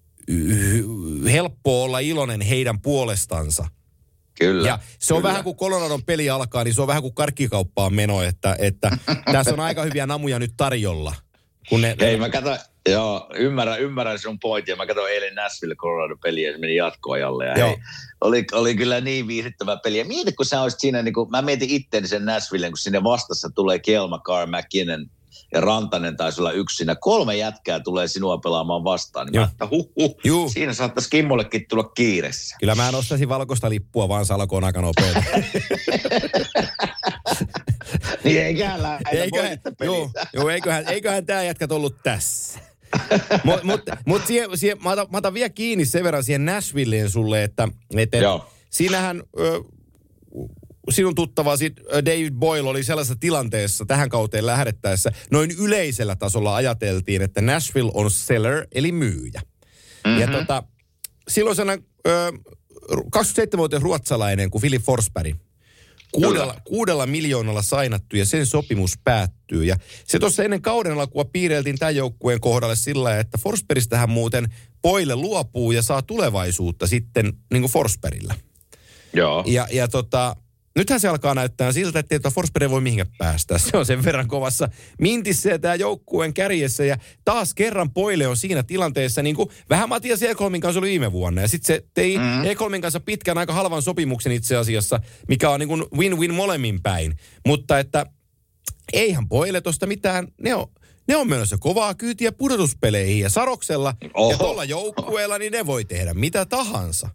helppo olla iloinen heidän puolestansa. Kyllä. Ja se on kyllä. Vähän kuin Coloradon peli alkaa, niin se on vähän kuin karkkikauppaan meno, että, että tässä on aika hyviä namuja nyt tarjolla. Kun ne, Hei, mä katsoin, joo, ymmärrän, ymmärrän sun pointin. Mä katsoin eilen Nashville Colorado-peliä ja se meni jatkoajalle. Ja hei, oli, oli kyllä niin viihdyttävä peli. Ja mieti, kun sä olisit siinä, niin kun, mä mietin itteeni sen Nashvillen, kun sinne vastassa tulee Cale Makar, McKinnon ja Rantanen taisi olla yksin. Siinä kolme jätkää tulee sinua pelaamaan vastaan. Niin mä että huh, huh, siinä saattaisi Kimmollekin tulla kiireessä. Kyllä mä nostaisin valkoista lippua vaan salkoon aika nopeasti. Niin eiköhän lähdetä eiköhän, joo, joo, eiköhän, eiköhän tämä jätkät ollut tässä. Mutta mut, mut siihen, siihen, mä, otan, mä otan vielä kiinni sen verran siihen Nashvilleen sulle, että et, et, siinähän ö, sinun tuttavasi David Boyle oli sellaisessa tilanteessa tähän kauteen lähdettäessä. Noin yleisellä tasolla ajateltiin, että Nashville on seller eli myyjä. Mm-hmm. Ja tota, silloin sellainen ö, kaksikymmentäseitsemänvuotias ruotsalainen kuin Philip Forsberg. Kuudella, kuudella miljoonalla sainattu ja sen sopimus päättyy. Ja se tuossa ennen kauden alkua piireltiin tämän joukkueen kohdalle sillä, että Forsbergistähän muuten Boyle luopuu ja saa tulevaisuutta sitten niin kuin Forsbergillä. Joo. Ja, ja tota, nythän se alkaa näyttää siltä, että tietysti Forsberg ei voi mihinkään päästä. Se on sen verran kovassa mintissä ja tämä joukkueen kärjessä. Ja taas kerran Boyle on siinä tilanteessa, niin kuin vähän Matias Ekholmin kanssa oli viime vuonna. Ja sitten se tei mm. Ekholmin kanssa pitkän aika halvan sopimuksen itse asiassa, mikä on niin kuin win-win molemmin päin. Mutta että eihän Boyle tosta mitään, ne on... Ne on menossa kovaa kyytiä pudotuspeleihin ja Saroksella Oho. ja tuolla joukkueella, niin ne voi tehdä mitä tahansa.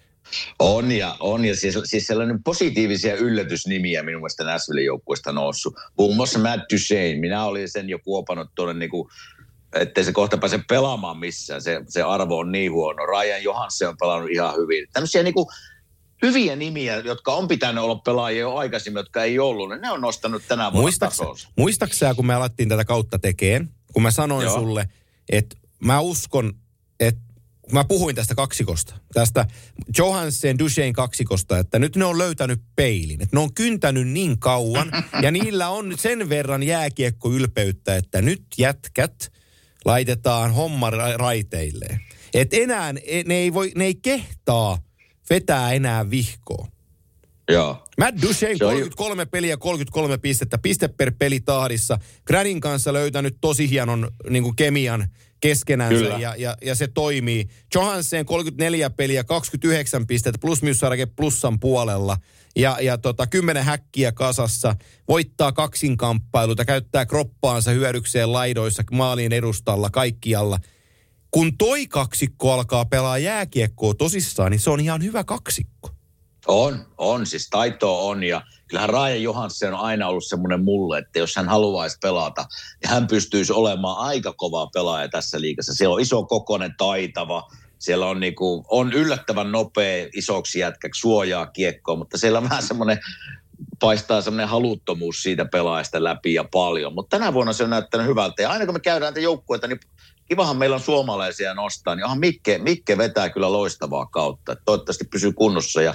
On ja on ja siis, siis sellainen positiivisia yllätysnimiä minun mielestä Nashvillen joukkueesta noussut. Muun muassa Matt Duchene. Minä olin sen jo kuopannut tuonne niinku, ettei se kohta pääse pelaamaan missään. Se, se arvo on niin huono. Ryan Johansson on pelannut ihan hyvin. Tämmöisiä niinku hyviä nimiä, jotka on pitänyt olla pelaajia jo aikaisemmin, jotka ei ollut. Ne on nostanut tänä vuonna tasonsa. Muistaaksä, kun me alettiin tätä kautta tekemään, kun mä sanoin Joo. sulle, että mä uskon, että mä puhuin tästä kaksikosta, tästä Johansson Duchene kaksikosta, että nyt ne on löytänyt peilin. Että ne on kyntänyt niin kauan ja niillä on sen verran jääkiekkoylpeyttä, että nyt jätkät laitetaan homma raiteilleen. Että enää ne ei, voi, ne ei kehtaa vetää enää vihkoa. Joo. Matt Duchene kolmekymmentäkolme peliä, kolmekymmentäkolme pistettä, piste per peli tahdissa. Granin kanssa löytänyt tosi hienon niin kuin kemian keskenänsä ja, ja, ja se toimii. Johansson kolmekymmentäneljä peliä, kaksikymmentäyhdeksän pistettä, plus miussarake plussan puolella. Ja, ja tota, kymmenen häkkiä kasassa, voittaa kaksinkamppailuita, käyttää kroppaansa hyödykseen laidoissa, maalin edustalla, kaikkialla. Kun toi kaksikko alkaa pelaa jääkiekkoa tosissaan, niin se on ihan hyvä kaksikko. On, on. Siis taitoa on ja kyllähän Ryan Johansson on aina ollut semmoinen mulle, että jos hän haluaisi pelata, niin hän pystyisi olemaan aika kova pelaaja tässä liigassa. Siellä on iso kokoinen, taitava, siellä on, niinku, on yllättävän nopea isoksi jätkäksi, suojaa kiekkoa, mutta siellä on vähän semmoinen, paistaa semmoinen haluttomuus siitä pelaajasta läpi ja paljon. Mutta tänä vuonna se on näyttänyt hyvältä ja aina kun me käydään näitä joukkueita, niin kivahan meillä on suomalaisia nostaa, niin onhan Mikke, Mikke vetää kyllä loistavaa kautta. Toivottavasti pysyy kunnossa ja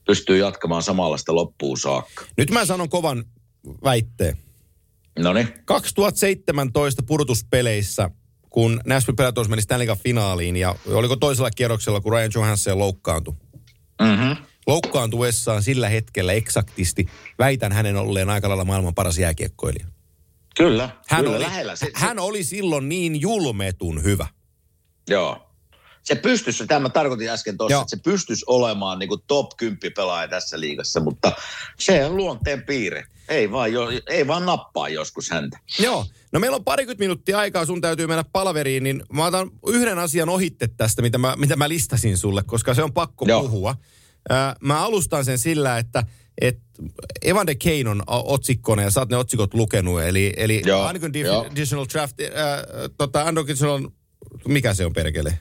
pystyy jatkamaan samanlaista loppuun saakka. Nyt mä sanon kovan väitteen. Noniin. kaksituhattaseitsemäntoista pudotuspeleissä, kun Nashville Predators meni Stanley Cup finaaliin, ja oliko toisella kierroksella, kun Ryan Johansson loukkaantui. Mm-hmm. Loukkaantuessaan sillä hetkellä eksaktisti väitän hänen olleen aika lailla maailman paras jääkiekkoilija. Kyllä, hän kyllä oli, lähellä. Se, hän se... oli silloin niin julmetun hyvä. Joo. Se pystyisi, tämä mä tarkoitin äsken tuossa, että se pystyisi olemaan niin kuin top kymmenen pelaaja tässä liigassa, mutta se on luonteen piirre. Ei vaan, jo, ei vaan nappaa joskus häntä. Joo. No meillä on parikymmentä minuuttia aikaa, sun täytyy mennä palveriin, niin mä otan yhden asian ohitte tästä, mitä mä, mitä mä listasin sulle, koska se on pakko Joo. puhua. Äh, mä alustan sen sillä, että et Evander Kane on otsikkona ja sä oot ne otsikot lukenut, eli, eli unconditional draft, äh, tota, unconditional, mikä se on perkele?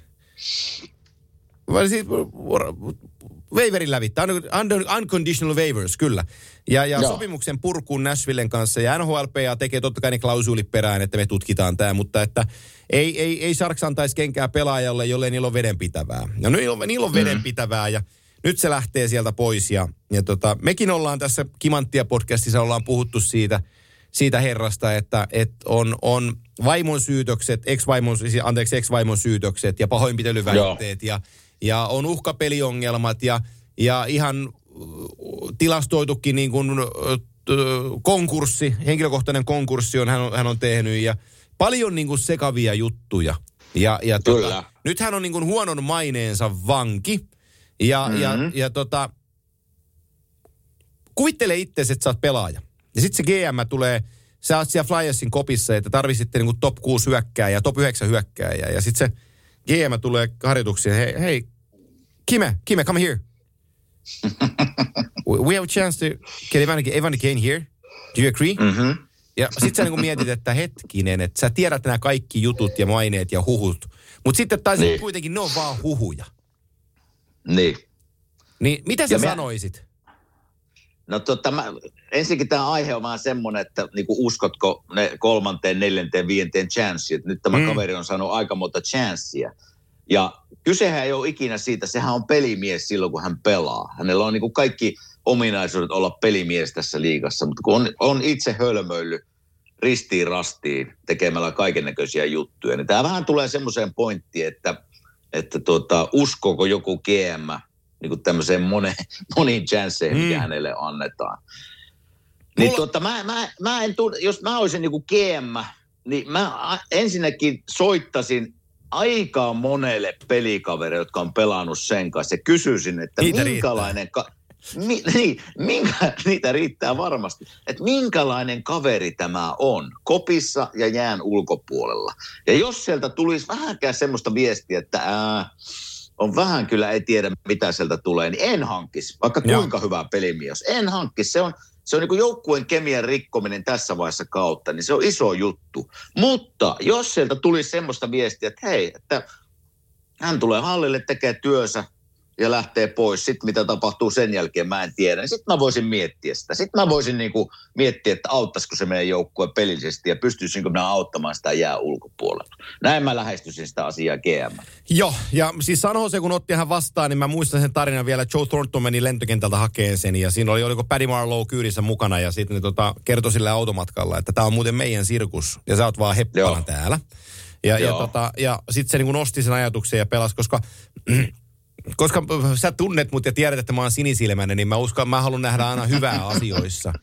Siis, waiverin lävittä, unconditional waivers, kyllä. Ja, ja sopimuksen purkuun Nashvillen kanssa, ja N H L P A tekee totta kai ne klausuulit perään, että me tutkitaan tämä, mutta että ei, ei, ei Sharks antaisi kenkää pelaajalle, jollei niillä on vedenpitävää. No niillä on, niillä on vedenpitävää, ja nyt se lähtee sieltä pois, ja, ja tota, mekin ollaan tässä Kimanttia-podcastissa ollaan puhuttu siitä, siitä herrasta, että, että on, on vaimon syytökset, ex-vaimon, anteeksi, ex-vaimon syytökset ja pahoinpitelyväitteet ja, ja on uhkapeliongelmat ja, ja ihan tilastoitukin niin kuin konkurssi, henkilökohtainen konkurssi on, hän on, hän on tehnyt ja paljon niin kuin sekavia juttuja. Ja, ja tota, nyt hän on niin kuin huonon maineensa vanki ja, mm-hmm. ja, ja tota, kuvittele itsesi, että sä oot pelaaja. Ja sitten se G M tulee, sä oot siellä Flyersin kopissa, että tarvisitte niinku top kuusi hyökkääjää ja top yhdeksän hyökkääjää. Ja sitten se G M tulee harjoituksiin, hei, hei, Kime, Kime, come here. We have a chance to get Evander, Evander Kane here. Do you agree? Mm-hmm. Ja sitten sä niinku mietit, että hetkinen, että sä tiedät nämä kaikki jutut ja maineet ja huhut. Mutta sitten taisi niin. kuitenkin ne on vaan huhuja. Niin. Niin mitä sä ja sanoisit? Me... No tota, mä, ensinnäkin tämä aihe on vähän semmoinen, että niinku uskotko ne kolmanteen, neljänteen, viienteen chanssiin. Että nyt tämä mm. kaveri on saanut aika monta chanssia. Ja kysehän ei ole ikinä siitä, sehän on pelimies silloin, kun hän pelaa. Hänellä on niinku kaikki ominaisuudet olla pelimies tässä liigassa, mutta kun on, on itse hölmöillyt ristiin rastiin tekemällä kaikennäköisiä juttuja, niin tämä vähän tulee semmoiseen pointtiin, että, että tuota, uskooko joku G M niin kuin tämmöiseen mone, moniin chansseihin, mm. mikä hänelle annetaan. Niin Mulla... tuota, mä, mä, mä en tunne, jos mä olisin niin kuin G M, niin mä ensinnäkin soittasin aika monelle pelikaverille, jotka on pelannut sen kanssa, ja kysyisin, että niitä minkälainen... Ka- mi, niin, minkä, niitä riittää varmasti. Että minkälainen kaveri tämä on kopissa ja jään ulkopuolella. Ja jos sieltä tulisi vähänkään semmoista viestiä, että... Ää, on vähän kyllä, ei tiedä mitä sieltä tulee, niin en hankkisi, vaikka kuinka Joo. hyvä pelimies. En hankkisi, se on, se on niin kuin joukkueen kemian rikkominen tässä vaiheessa kautta, niin se on iso juttu. Mutta jos sieltä tulisi semmoista viestiä, että hei, että hän tulee hallille, tekee työnsä ja lähtee pois, sitten mitä tapahtuu sen jälkeen, mä en tiedä, niin sitten mä voisin miettiä sitä. Sitten mä voisin niin kuin miettiä, että auttaisiko se meidän joukkue pelillisesti ja pystyisinkö minä auttamaan sitä jää ulkopuolella. Näin mä lähestyisin sitä asiaa G M. Joo, ja siis San Jose, kun otti hän vastaan, niin mä muistan sen tarinan vielä, Joe Thornton meni lentokentältä hakeen sen, ja siinä oli, oliko Paddy Marlowe kyydissä mukana, ja sitten ne tota, kertoi sille automatkalla, että tämä on muuten meidän sirkus, ja sä oot vaan heppana Joo. täällä. Ja, ja, tota, ja sitten se niin kuin nosti sen ajatuksen ja pelasi, koska... Koska sä tunnet mut ja tiedät, että mä oon sinisilmäinen, niin mä uskon, mä haluan nähdä aina hyvää asioissa.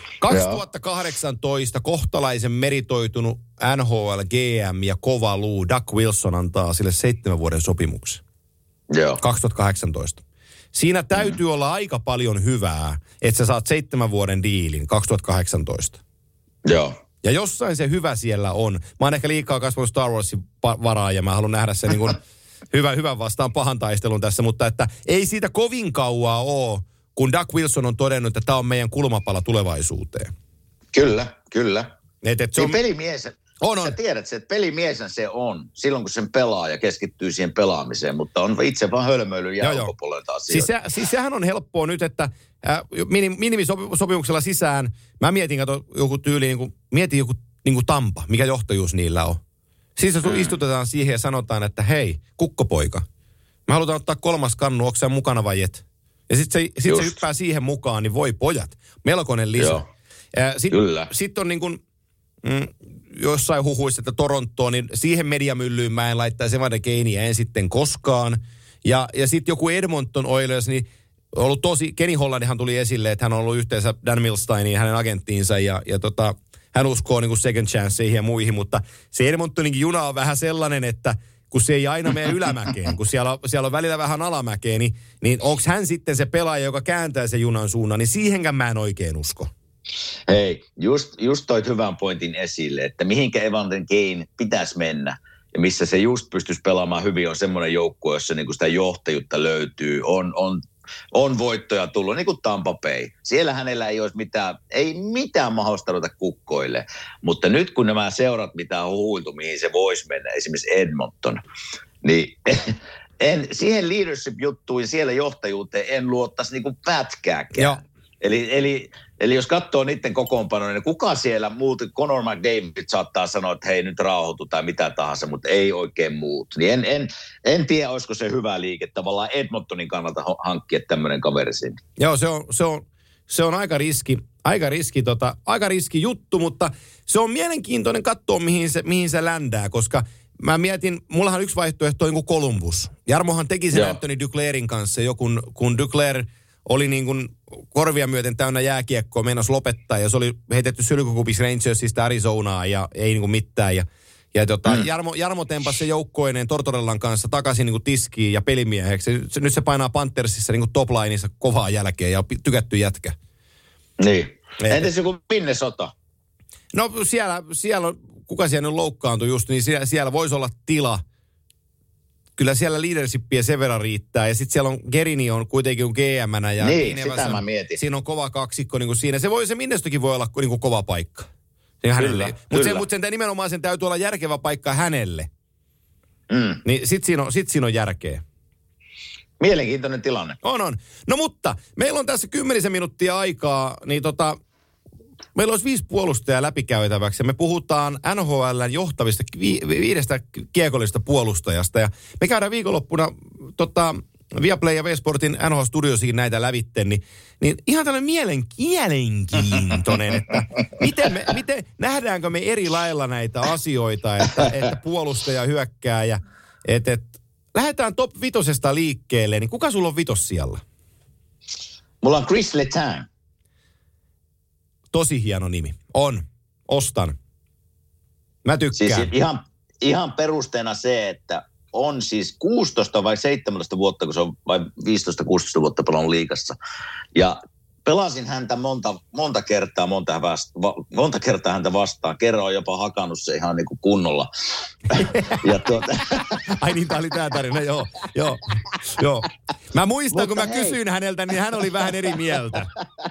kaksituhattakahdeksantoista kohtalaisen meritoitunut N H L G M ja kova luu Doug Wilson antaa sille seitsemän vuoden sopimuksen. Joo. kaksituhattakahdeksantoista. Siinä täytyy mm. olla aika paljon hyvää, että sä saat seitsemän vuoden diilin kaksituhattakahdeksantoista. Joo. Ja jossain se hyvä siellä on. Mä oon ehkä liikaa kasvanut Star Warsin varaa ja mä haluan nähdä se niin kuin... Hyvä, hyvän vastaan pahan taistelun tässä, mutta että ei siitä kovin kauaa ole, kun Doug Wilson on todennut, että tämä on meidän kulmapala tulevaisuuteen. Kyllä, kyllä. Et, et se on... Pelimies, on, on. Sä tiedät, että pelimiesän se on silloin, kun sen pelaa ja keskittyy siihen pelaamiseen, mutta on itse vaan hölmöily ja ulkopuolelta asioita. Siis, se, siis sehän on helppoa nyt, että äh, minim, minimisopimuksella sisään, mä mietin, kato, joku tyyli, niin kuin, mietin joku niin kuin Tampa, mikä johtajuus niillä on. Siis jos hmm. istutetaan siihen ja sanotaan, että hei, kukkopoika, me halutaan ottaa kolmas kannu, onko sä mukana vai et? Ja sitten se, sit se hyppää siihen mukaan, niin voi pojat. Melkoinen lisä. Sitten sit on niin kuin, mm, jossain huhuissa, että Torontoon, niin siihen mediamyllyyn mä en laittaisi Evander Kaneä en sitten koskaan. Ja, ja sitten joku Edmonton Oilers, niin on ollut tosi, Kenny Hollandihan tuli esille, että hän on ollut yhteensä Dan Milsteiniin, hänen agenttiinsa, ja, ja tota, hän uskoo niin kuin second chanceihin ja muihin, mutta se Edmontoninkin juna on vähän sellainen, että kun se ei aina mene ylämäkeen, kun siellä on, siellä on välillä vähän alamäkeen, niin, niin onko hän sitten se pelaaja, joka kääntää sen junan suunnan, niin siihenkään mä en oikein usko. Hei, just, just toit hyvän pointin esille, että mihinkä Evander Kane pitäisi mennä ja missä se just pystyisi pelaamaan hyvin on semmoinen joukkue, jossa niinku sitä johtajuutta löytyy, on, on, on voittoja tullut, niin kuin Tampa Bay. Siellä hänellä ei olisi mitään, ei mitään mahdollista ruveta kukkoille, mutta nyt kun nämä seurat, mitä on huhuiltu, mihin se voisi mennä, esimerkiksi Edmonton, niin en, siihen leadership-juttuun ja siellä johtajuuteen en luottaisi niinku pätkääkään. Joo. Eli, eli, eli jos katsoo niiden kokoonpanoja, niin kuka siellä muut, Conor McDavid saattaa sanoa, että hei nyt rauhoitu tai mitä tahansa, mutta ei oikein muut. Niin en, en, en tiedä, olisiko se hyvä liike tavallaan Edmontonin kannalta hankkia tämmöinen kaveri sinne. Joo, se on, se on, se on aika riski, aika riski, tota, aika riski juttu, mutta se on mielenkiintoinen katsoa, mihin se, mihin se ländää, koska mä mietin, mullahan yksi vaihtoehto on kuin Columbus. Jarmohan teki sen Joo. Anthony Duclairin kanssa jo, kun, kun Duclair oli niin kuin korvia myöten täynnä jääkiekkoa, meinasi lopettaa ja se oli heitetty sylkykupiksi Rangersista Arizonaa ja ei niin kuin mitään. Ja, ja tota, mm. Jarmo, Jarmo tempasi se joukkoineen Tortorellan kanssa takaisin niin kuin tiskiin ja pelimieheksi. Se, nyt se painaa Panthersissa niin kuin toplineissa kovaa jälkeen ja on tykätty jätkä. Niin. Entäs joku Minnesota? No siellä, siellä on, kuka siellä nyt loukkaantui just, niin siellä, siellä voisi olla tila. Kyllä siellä leadershipia sen verran riittää. Ja sitten siellä on, Gerini on kuitenkin G M-nä. Ja niin, sitä mä mietin. Siinä on kova kaksikko niin kuin siinä. Se voi, se Minnestokin voi olla niin kuin kova paikka. Kyllä, Mutta sen, mut sen nimenomaan sen täytyy olla järkevä paikka hänelle. Mm. Niin sit siinä, on, sit siinä on järkeä. Mielenkiintoinen tilanne. On, on. No mutta, meillä on tässä kymmenisen minuuttia aikaa, niin tota, meillä olisi viisi puolustajaa läpikäytäväksi ja me puhutaan N H L:n johtavista vi- viidestä kiekollista puolustajasta. Ja me käydään viikonloppuna tota, Viaplay ja V-Sportin N H L-studiosiin näitä lävitten, niin, niin ihan tällainen mielenkiintoinen, että miten me, miten, nähdäänkö me eri lailla näitä asioita, että, että puolustaja hyökkää ja että et, lähdetään top vitosesta liikkeelle, niin kuka sulla on vitos siellä? Mulla on Chris Letang. Tosi hieno nimi. On. Ostan. Mä tykkään. Siis ihan, ihan perusteena se, että on siis kuusitoista vai seitsemäntoista vuotta, kun se on vai viisitoista kuusitoista vuotta pelannut liigassa. Ja pelasin häntä monta, monta kertaa, monta, vasta, va, monta kertaa häntä vastaan. Kerran on jopa hakannut se ihan niin kuin kunnolla. ja tuota... Ai niin, tää oli tää tarina, joo. joo, joo. Mä muistan, Mutta kun hei. mä kysyin häneltä, niin hän oli vähän eri mieltä.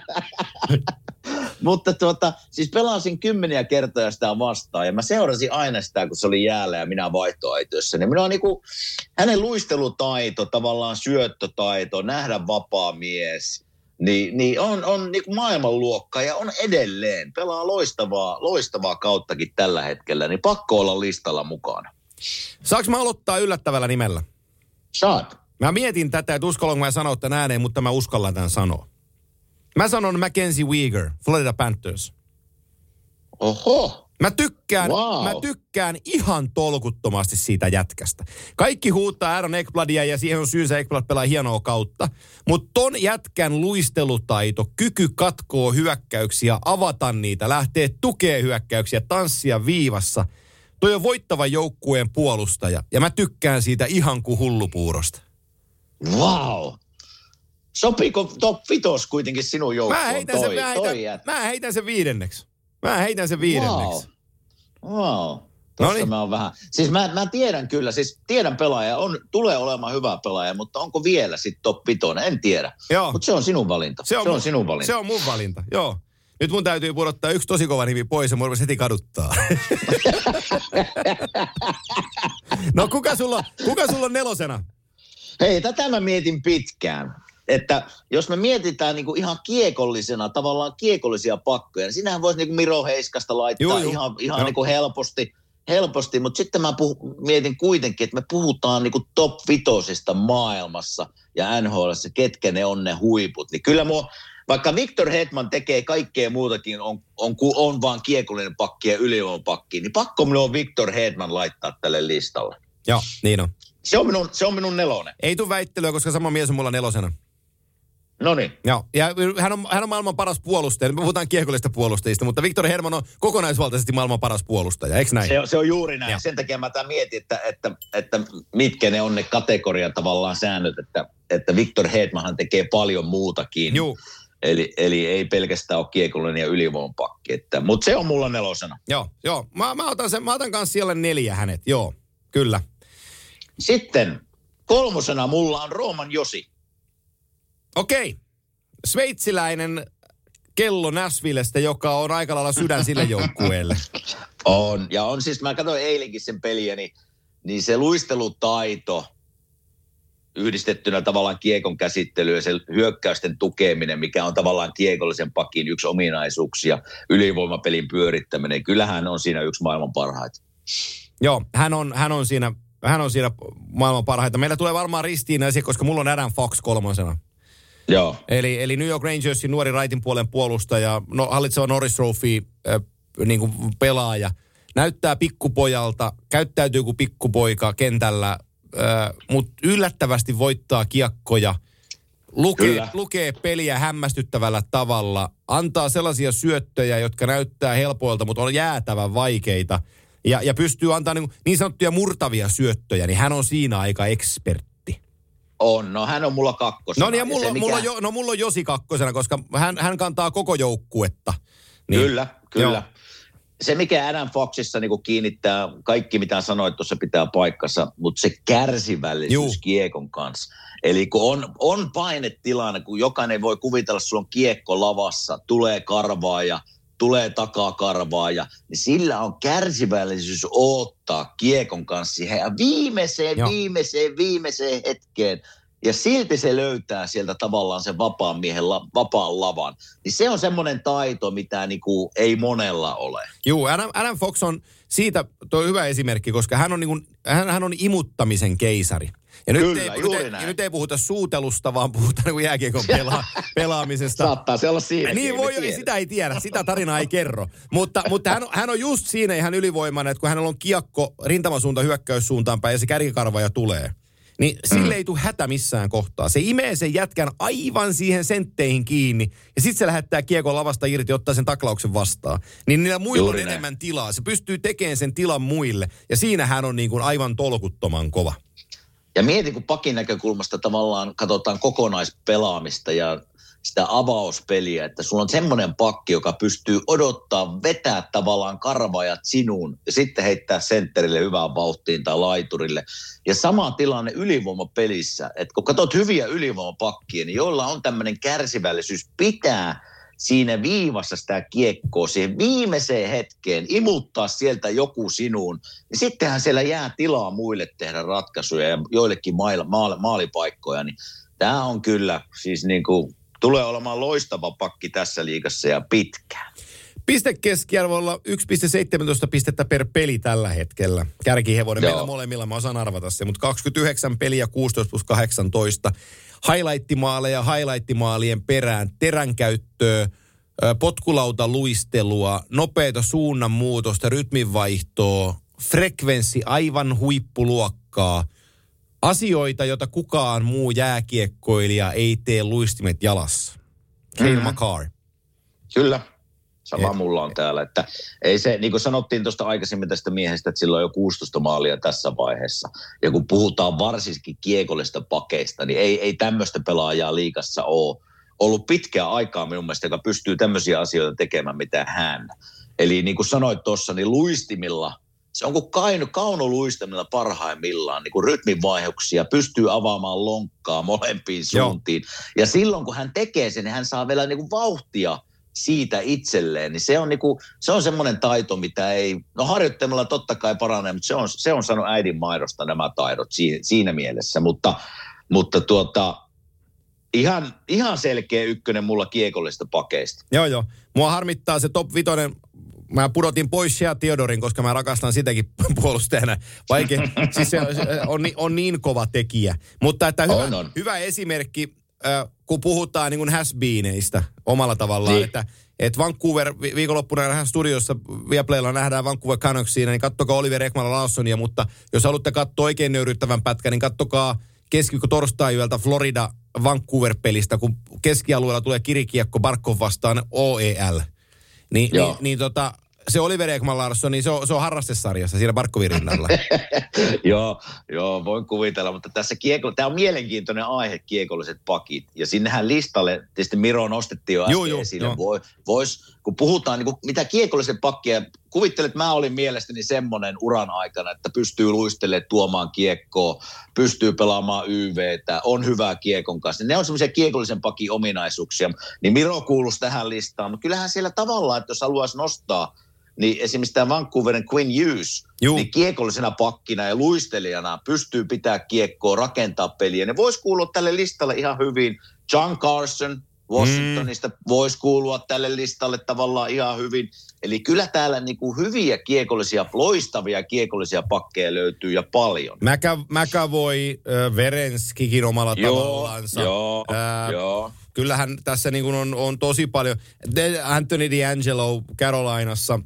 Mutta tuota, siis pelasin kymmeniä kertoja sitä vastaan ja mä seurasin aina sitä, kun se oli jäällä ja minä vaihtoaitoissa. Niin minä on niinku, hänen luistelutaito, tavallaan syöttötaito, nähdä vapaa mies, niin, niin on, on niinku maailmanluokka ja on edelleen. Pelaa loistavaa, loistavaa kauttakin tällä hetkellä, niin pakko olla listalla mukana. Saanko mä aloittaa yllättävällä nimellä? Saat. Mä mietin tätä, että uskallanko mä sanoa tämän ääneen, mutta mä uskallan tämän sanoa. Mä sanon Mackenzie Weegar, Florida Panthers. Oho. Mä tykkään, wow. mä tykkään ihan tolkuttomasti siitä jätkästä. Kaikki huuttaa Aaron Ekbladia ja siihen on syynsä, Ekblad pelaa hienoa kautta. Mutta ton jätkän luistelutaito, kyky katkoo hyökkäyksiä, avata niitä, lähtee tukee hyökkäyksiä, tanssia viivassa. Toi on voittava joukkueen puolustaja ja mä tykkään siitä ihan kuin hullupuurosta. Wow. Sopiiko top vitos kuitenkin sinun joukkoon? Mä heitän, toi, sen, mä, heitän, mä heitän sen viidenneksi. Mä heitän sen viidenneksi. Wow. wow. Tuossa mä oon vähän. Siis mä, mä tiedän kyllä, siis tiedän pelaaja, on, tulee olemaan hyvä pelaaja, mutta onko vielä sitten top vitonen? En tiedä. Mutta se on sinun valinta. Se on, se on mun, sinun valinta. Se on mun valinta, joo. Nyt mun täytyy pudottaa yksi tosi kova nimi pois ja mun rupesi heti kaduttaa. No kuka sulla, kuka sulla on nelosena? Hei, tätä mä mietin pitkään. Että jos me mietitään niinku ihan kiekollisena, tavallaan kiekollisia pakkoja, niin sinähän voisi niinku Miro Heiskasta laittaa joo, joo. ihan, ihan niinku helposti. helposti, mutta sitten mä puh- mietin kuitenkin, että me puhutaan niinku top vitosista maailmassa ja N H L:ssä, ketkä ne on ne huiput. Niin kyllä mua, vaikka Victor Hedman tekee kaikkea muutakin, on, on, on vaan kiekollinen pakki ja ylivoimapakki, niin pakko minun on Victor Hedman laittaa tälle listalle. Joo, niin on. Se on minun, se on minun nelonen. Ei tule väittelyä, koska sama mies on mulla nelosena. Noniin. Joo, ja hän on, hän on maailman paras puolustaja. Me puhutaan kiekollista puolustajista, mutta Victor Hedman on kokonaisvaltaisesti maailman paras puolustaja, eikö näin? Se on, se on juuri näin. Joo. Sen takia mä tämän mietin, että, että, että mitkä ne on ne kategorian tavallaan säännöt, että, että Victor Hedmanhan tekee paljon muutakin. Joo. Eli, eli ei pelkästään ole kiekollinen ja ylivoimapakki. Mutta se on mulla nelosena. Joo, joo. Mä, mä otan, sen, mä otan kanssa siellä neljä hänet, joo, kyllä. Sitten kolmosena mulla on Roman Josi. Okei. Sveitsiläinen kello Nashvillestä, joka on aika lailla sydän sille joukkueelle. On. Ja on siis, mä katsoin eilenkin sen peliä, niin, niin se luistelutaito yhdistettynä tavallaan kiekon käsittelyyn ja se hyökkäysten tukeminen, mikä on tavallaan kiekollisen pakin yksi ominaisuuksia, ylivoimapelin pyörittäminen. Kyllähän on siinä yksi maailman parhaita. Joo, hän on, hän on siinä, hän on siinä maailman parhaita. Meillä tulee varmaan ristiinnaisia, koska mulla on Adam Fox kolmosena. Joo. Eli, eli New York Rangersin nuori raitin puolen puolustaja, no, hallitseva Norris Trophy äh, niin kuin pelaaja. Näyttää pikkupojalta, käyttäytyy kuin pikkupoika kentällä, äh, mutta yllättävästi voittaa kiekkoja, lukee, lukee peliä hämmästyttävällä tavalla, antaa sellaisia syöttöjä, jotka näyttää helpoilta, mutta on jäätävän vaikeita. Ja, ja pystyy antaa niin, niin sanottuja murtavia syöttöjä, niin hän on siinä aika ekspertti. On, no hän on mulla kakkosena. No niin, ja mulla, ja mikä... mulla, on, jo, no, mulla on Josi kakkosena, koska hän, hän kantaa koko joukkuetta. Niin. Kyllä, kyllä. Joo. Se, mikä Adam Foxissa niin kiinnittää, kaikki mitä sanoit tuossa pitää paikkansa, mutta se kärsivällisyys Juh. kiekon kanssa. Eli kun on, on painetilanne, kun jokainen voi kuvitella, sulla on kiekko lavassa, tulee karvaaja, tulee takaa karvaaja, niin sillä on kärsivällisyys odottaa kiekon kanssa siihen ja viimeiseen, Joo. viimeiseen, viimeiseen hetkeen. Ja silti se löytää sieltä tavallaan sen vapaan miehen la, vapaan lavan. Niin se on semmoinen taito, mitä niinku ei monella ole. Joo, Adam, Adam Fox on siitä tuo hyvä esimerkki, koska hän on, niinku, hän, hän on imuttamisen keisari. Ja nyt, Kyllä, ei, nyt, ei, ja nyt ei puhuta suutelusta, vaan puhutaan niinku jääkiekon pela, pelaamisesta. Saattaa se olla siinä. Niin voi, ei, sitä ei tiedä, sitä tarinaa ei kerro. Mutta, mutta hän, hän on just siinä ihan ylivoimainen, että kun hänellä on kiekko rintamasuunta hyökkäyssuuntaan päin ja se kärkikarvaja tulee, niin sille ei tule hätä missään kohtaa. Se imee sen jätkän aivan siihen sentteihin kiinni ja sitten se lähettää kiekon lavasta irti ja ottaa sen taklauksen vastaan. Niin niillä muilla Juuri on näin. Enemmän tilaa. Se pystyy tekemään sen tilan muille ja siinä hän on niin kuin aivan tolkuttoman kova. Ja mieti, kun pakin näkökulmasta tavallaan katsotaan kokonaispelaamista ja sitä avauspeliä, että sulla on semmoinen pakki, joka pystyy odottaa, vetää tavallaan karvaajat sinuun ja sitten heittää sentterille hyvään vauhtiin tai laiturille. Ja sama tilanne ylivoimapelissä, että kun katsot hyviä ylivoimapakkia, niin joilla on tämmöinen kärsivällisyys pitää siinä viivassa sitä kiekkoa siihen viimeiseen hetkeen, imuttaa sieltä joku sinuun, niin sittenhän siellä jää tilaa muille tehdä ratkaisuja ja joillekin maila, maali, maalipaikkoja, niin tämä on kyllä siis niin kuin tulee olemaan loistava pakki tässä liigassa ja pitkään. Pistekeskiarvolla yksi pilkku seitsemäntoista pistettä per peli tällä hetkellä. Kärkihevonen meillä molemmilla, mä osaan arvata se, mutta kaksikymmentäyhdeksän peliä, kuusitoista plus kahdeksantoista. Highlightimaaleja highlightimaalien perään, teränkäyttöä, potkulauta luistelua, nopeata suunnanmuutosta, rytminvaihtoa, frekvenssi aivan huippuluokkaa. Asioita, joita kukaan muu jääkiekkoilija ei tee luistimet jalassa. Cale mm-hmm. Makar. Kyllä. Sama mulla on täällä. Että ei se, niin kuin sanottiin tuosta aikaisemmin tästä miehestä, että sillä on jo kuusitoista maalia tässä vaiheessa. Ja kun puhutaan varsinkin kiekollista pakeista, niin ei, ei tämmöistä pelaajaa liigassa ole ollut pitkää aikaa minun mielestä, joka pystyy tämmöisiä asioita tekemään, mitä hän. Eli niin kuin sanoit tuossa, niin luistimilla, se on kuin kainu, kaunoluistimilla parhaimmillaan, niin kuin rytminvaihoksia, pystyy avaamaan lonkkaa molempiin suuntiin. Joo. Ja silloin kun hän tekee sen, niin hän saa vielä niin kuin vauhtia siitä itselleen, niin se on, niinku, se on semmoinen taito, mitä ei, no harjoittelemalla totta kai paranee, mutta se on, se on saanut äidin maidosta nämä taidot siinä, siinä mielessä, mutta, mutta tuota, ihan, ihan selkeä ykkönen mulla kiekollista pakeista. Joo, joo. Mua harmittaa se top vitonen mä pudotin pois Shea Theodorin, koska mä rakastan sitäkin puolustajana. Vaikea, siis se on, on niin kova tekijä. Mutta että hyvä, on, on. hyvä esimerkki, äh, kun puhutaan niin kuin has-beeneistä omalla tavallaan, niin. että et Vancouver, vi- viikonloppuna nähdään studiossa, Viaplaylla nähdään Vancouver Canucks siinä, niin kattokaa Oliver Ekman-Larssonia, mutta jos haluatte katsoa oikein nöyryttävän pätkän, niin kattokaa keskiviikko torstai-yöltä Florida Vancouver-pelistä, kun keskialueella tulee kirikiekko Barkov vastaan O E L. Ni, niin, niin tota, se Oliver Ekman-Larsson, niin se on, se on harrastesarjassa siinä Barkovin rinnalla. joo, joo, voin kuvitella, mutta tässä kiekko, tämä on mielenkiintoinen aihe, kiekolliset pakit. Ja sinnehän listalle, tietysti Miro nostettiin jo äsken joo, esille, joo. Voi, vois, kun puhutaan, niin kuin, mitä kiekollisen pakkia, kuvittelet, että mä olin mielestäni semmoinen uran aikana, että pystyy luistelemaan tuomaan kiekkoa, pystyy pelaamaan Y V:tä, on hyvää kiekon kanssa. Ne on semmoisia kiekollisen pakin ominaisuuksia, niin Miro kuuluisi tähän listaan. Mutta kyllähän siellä tavallaan, että jos haluaisi nostaa, niin esimerkiksi tämä Vancouverin Quinn Hughes, Juh. niin kiekollisena pakkina ja luistelijana pystyy pitää kiekkoa, rakentaa peliä. Ne voisi kuulua tälle listalle ihan hyvin. John Carson Washingtonista mm. voisi kuulua tälle listalle tavallaan ihan hyvin. Eli kyllä täällä niinku hyviä kiekollisia, loistavia kiekollisia pakkeja löytyy ja paljon. Mäkä, McAvoy, äh, Verenskikin omalla joo, tavallaansa. Joo, äh, joo. Kyllähän tässä niin kuin on, on tosi paljon. Anthony D'Angelo Carolinassa.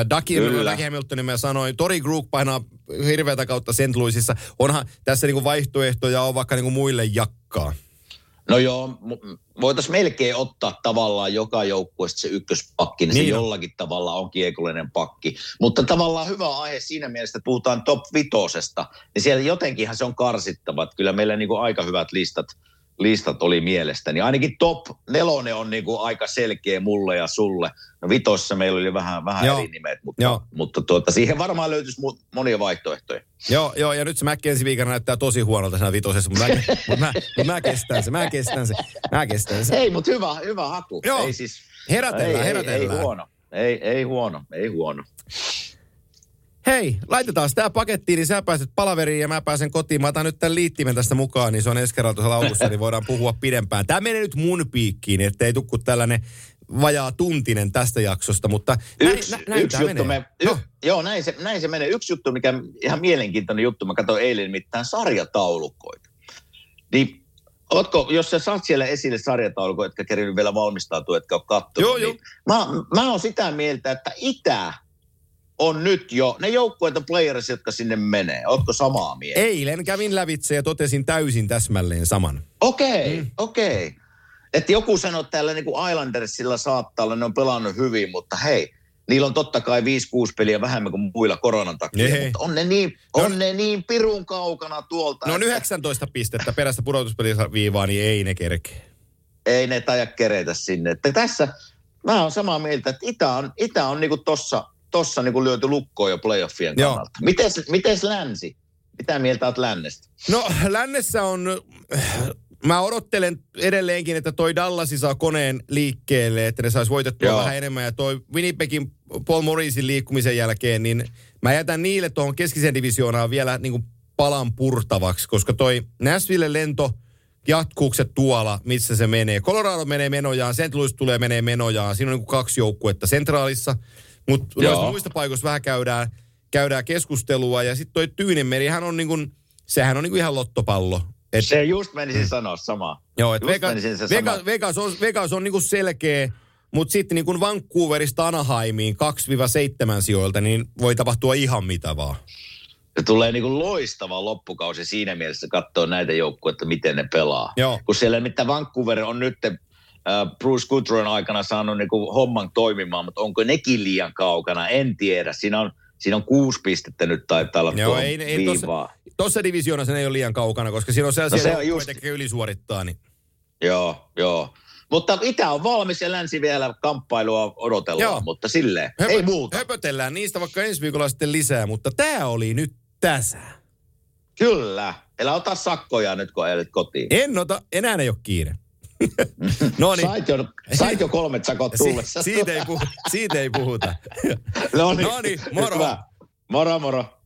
Dougie Hamiltonin mä sanoin. Tori Krug painaa hirveätä kautta Saint Louisissa. Onhan tässä niin kuin vaihtoehtoja on vaikka niin kuin muille jakkaa. No joo, voitaisiin melkein ottaa tavallaan joka joukkueesta se ykköspakki, niin, niin se on. Jollakin tavalla on kiekollinen pakki. Mutta tavallaan hyvä aihe siinä mielessä, että puhutaan top vitosesta, niin siellä jotenkinhan se on karsittava. Että kyllä meillä niin kuin aika hyvät listat, listat oli mielestäni. Ainakin top nelonen on niin kuin aika selkeä mulle ja sulle. No vitossa meillä oli vähän, vähän eri nimet, mutta, mutta tuota, siihen varmaan löytyisi monia vaihtoehtoja. Joo, joo, ja nyt se Mackenzie viikana näyttää tosi huonolta siinä vitosessa, mutta mä, mutta mä, mutta mä kestän se, mä kestän se, mä kestän se. Ei, mutta hyvä, hyvä haku. Joo, ei siis, herätellään, ei, herätellään. Ei, ei huono, ei, ei huono, ei huono. Hei, laitetaan sitä pakettiin, niin sä pääset palaveriin ja mä pääsen kotiin. Mä otan nyt tämän liittimen tästä mukaan, niin se on ensi kerralla tuossa laukussa, niin voidaan puhua pidempään. Tämä menee nyt mun piikkiin, ettei tule kuin tällainen vajaa tuntinen tästä jaksosta, mutta yksi, näin, näin yksi juttu me, y, no. Joo, näin se, näin se menee. Yksi juttu, mikä ihan mielenkiintoinen juttu, mä katsoin eilen mitään sarjataulukoita. Niin, ootko, jos sä saat siellä esille sarjataulukoita, etkä kerinyt vielä valmistautua, etkä ole katsonut, joo, niin joo. Mä, mä oon sitä mieltä, että Itä on nyt jo, ne joukkueet on players, jotka sinne menee. Ootko samaa mieltä? Eilen kävin lävitse ja totesin täysin täsmälleen saman. Okei, okay, mm. okei. Okay. Että joku sanoo täällä niin kuin Islandersilla saattaa olla, ne on pelannut hyvin, mutta hei, niillä on totta kai viisi kuusi peliä vähemmän kuin muilla koronan takia. Hei. Mutta on ne niin, on no, ne niin pirun kaukana tuolta. No on että yhdeksäntoista pistettä perästä pudotuspeliviivaa, niin ei ne kerkeä. Ei ne taida keretä sinne. Että tässä mä oon samaa mieltä, että Itä on, Itä on niin kuin tossa, tossa niin kuin lyöty lukkoon jo playoffien kannalta. Mites, mites länsi? Mitä mieltä oot lännestä? No lännessä on, mä odottelen edelleenkin, että toi Dallasi saa koneen liikkeelle, että ne sais voitettua Joo. vähän enemmän. Ja toi Winnipegin Paul Morrisin liikkumisen jälkeen, niin mä jätän niille tuohon keskiseen divisioonaan vielä niin kuin palan purtavaksi, koska toi Nashville lento jatkuukset tuolla, missä se menee. Colorado menee menojaan, Saint Louis tulee menee menojaan. Siinä on niin kuin kaksi joukkuetta centraalissa, mutta noista muista paikoista vähän käydään, käydään keskustelua. Ja sitten toi Tyynenmerihän on niin kuin, sehän on niin kuin ihan lottopallo. Et, se just menisin sanoa samaa. Joo, että Vegas, Vegas, Vegas on, Vegas on niin kuin selkeä, mutta sitten niin kuin Vancouverista Anaheimiin kaksi seitsemän sijoilta, niin voi tapahtua ihan mitä vaan. Se tulee niin kuin loistava loppukausi siinä mielessä katsoa näitä joukkueita, miten ne pelaa. Joo. Kun siellä mitä Vancouver on nyt äh, Bruce Goodroyn aikana saanut niin kuin homman toimimaan, mutta onko nekin liian kaukana, en tiedä. Siinä on, siinä on kuusi pistettä nyt taitaa olla Joo, ei, ei viivaa. Tuossa divisioonassa ne ei ole liian kaukana, koska siinä on sellaisia no se on just joukkueita, ylisuorittaa. Niin. Joo, joo. Mutta Itä on valmis ja länsi vielä kamppailua odotellaan, Joo. mutta silleen, Höpö, ei muuta. Höpötellään niistä vaikka ensi viikolla sitten lisää, mutta tämä oli nyt tässä. Kyllä. Elä ota sakkoja nyt, kun ajelet kotiin. En ota, enää ei ole kiire. no niin. Sait jo, sait jo kolmet sakot tullessa. Si- siitä, ei puhu, siitä ei puhuta. no niin, no niin, moro. Hyvä. Moro, moro.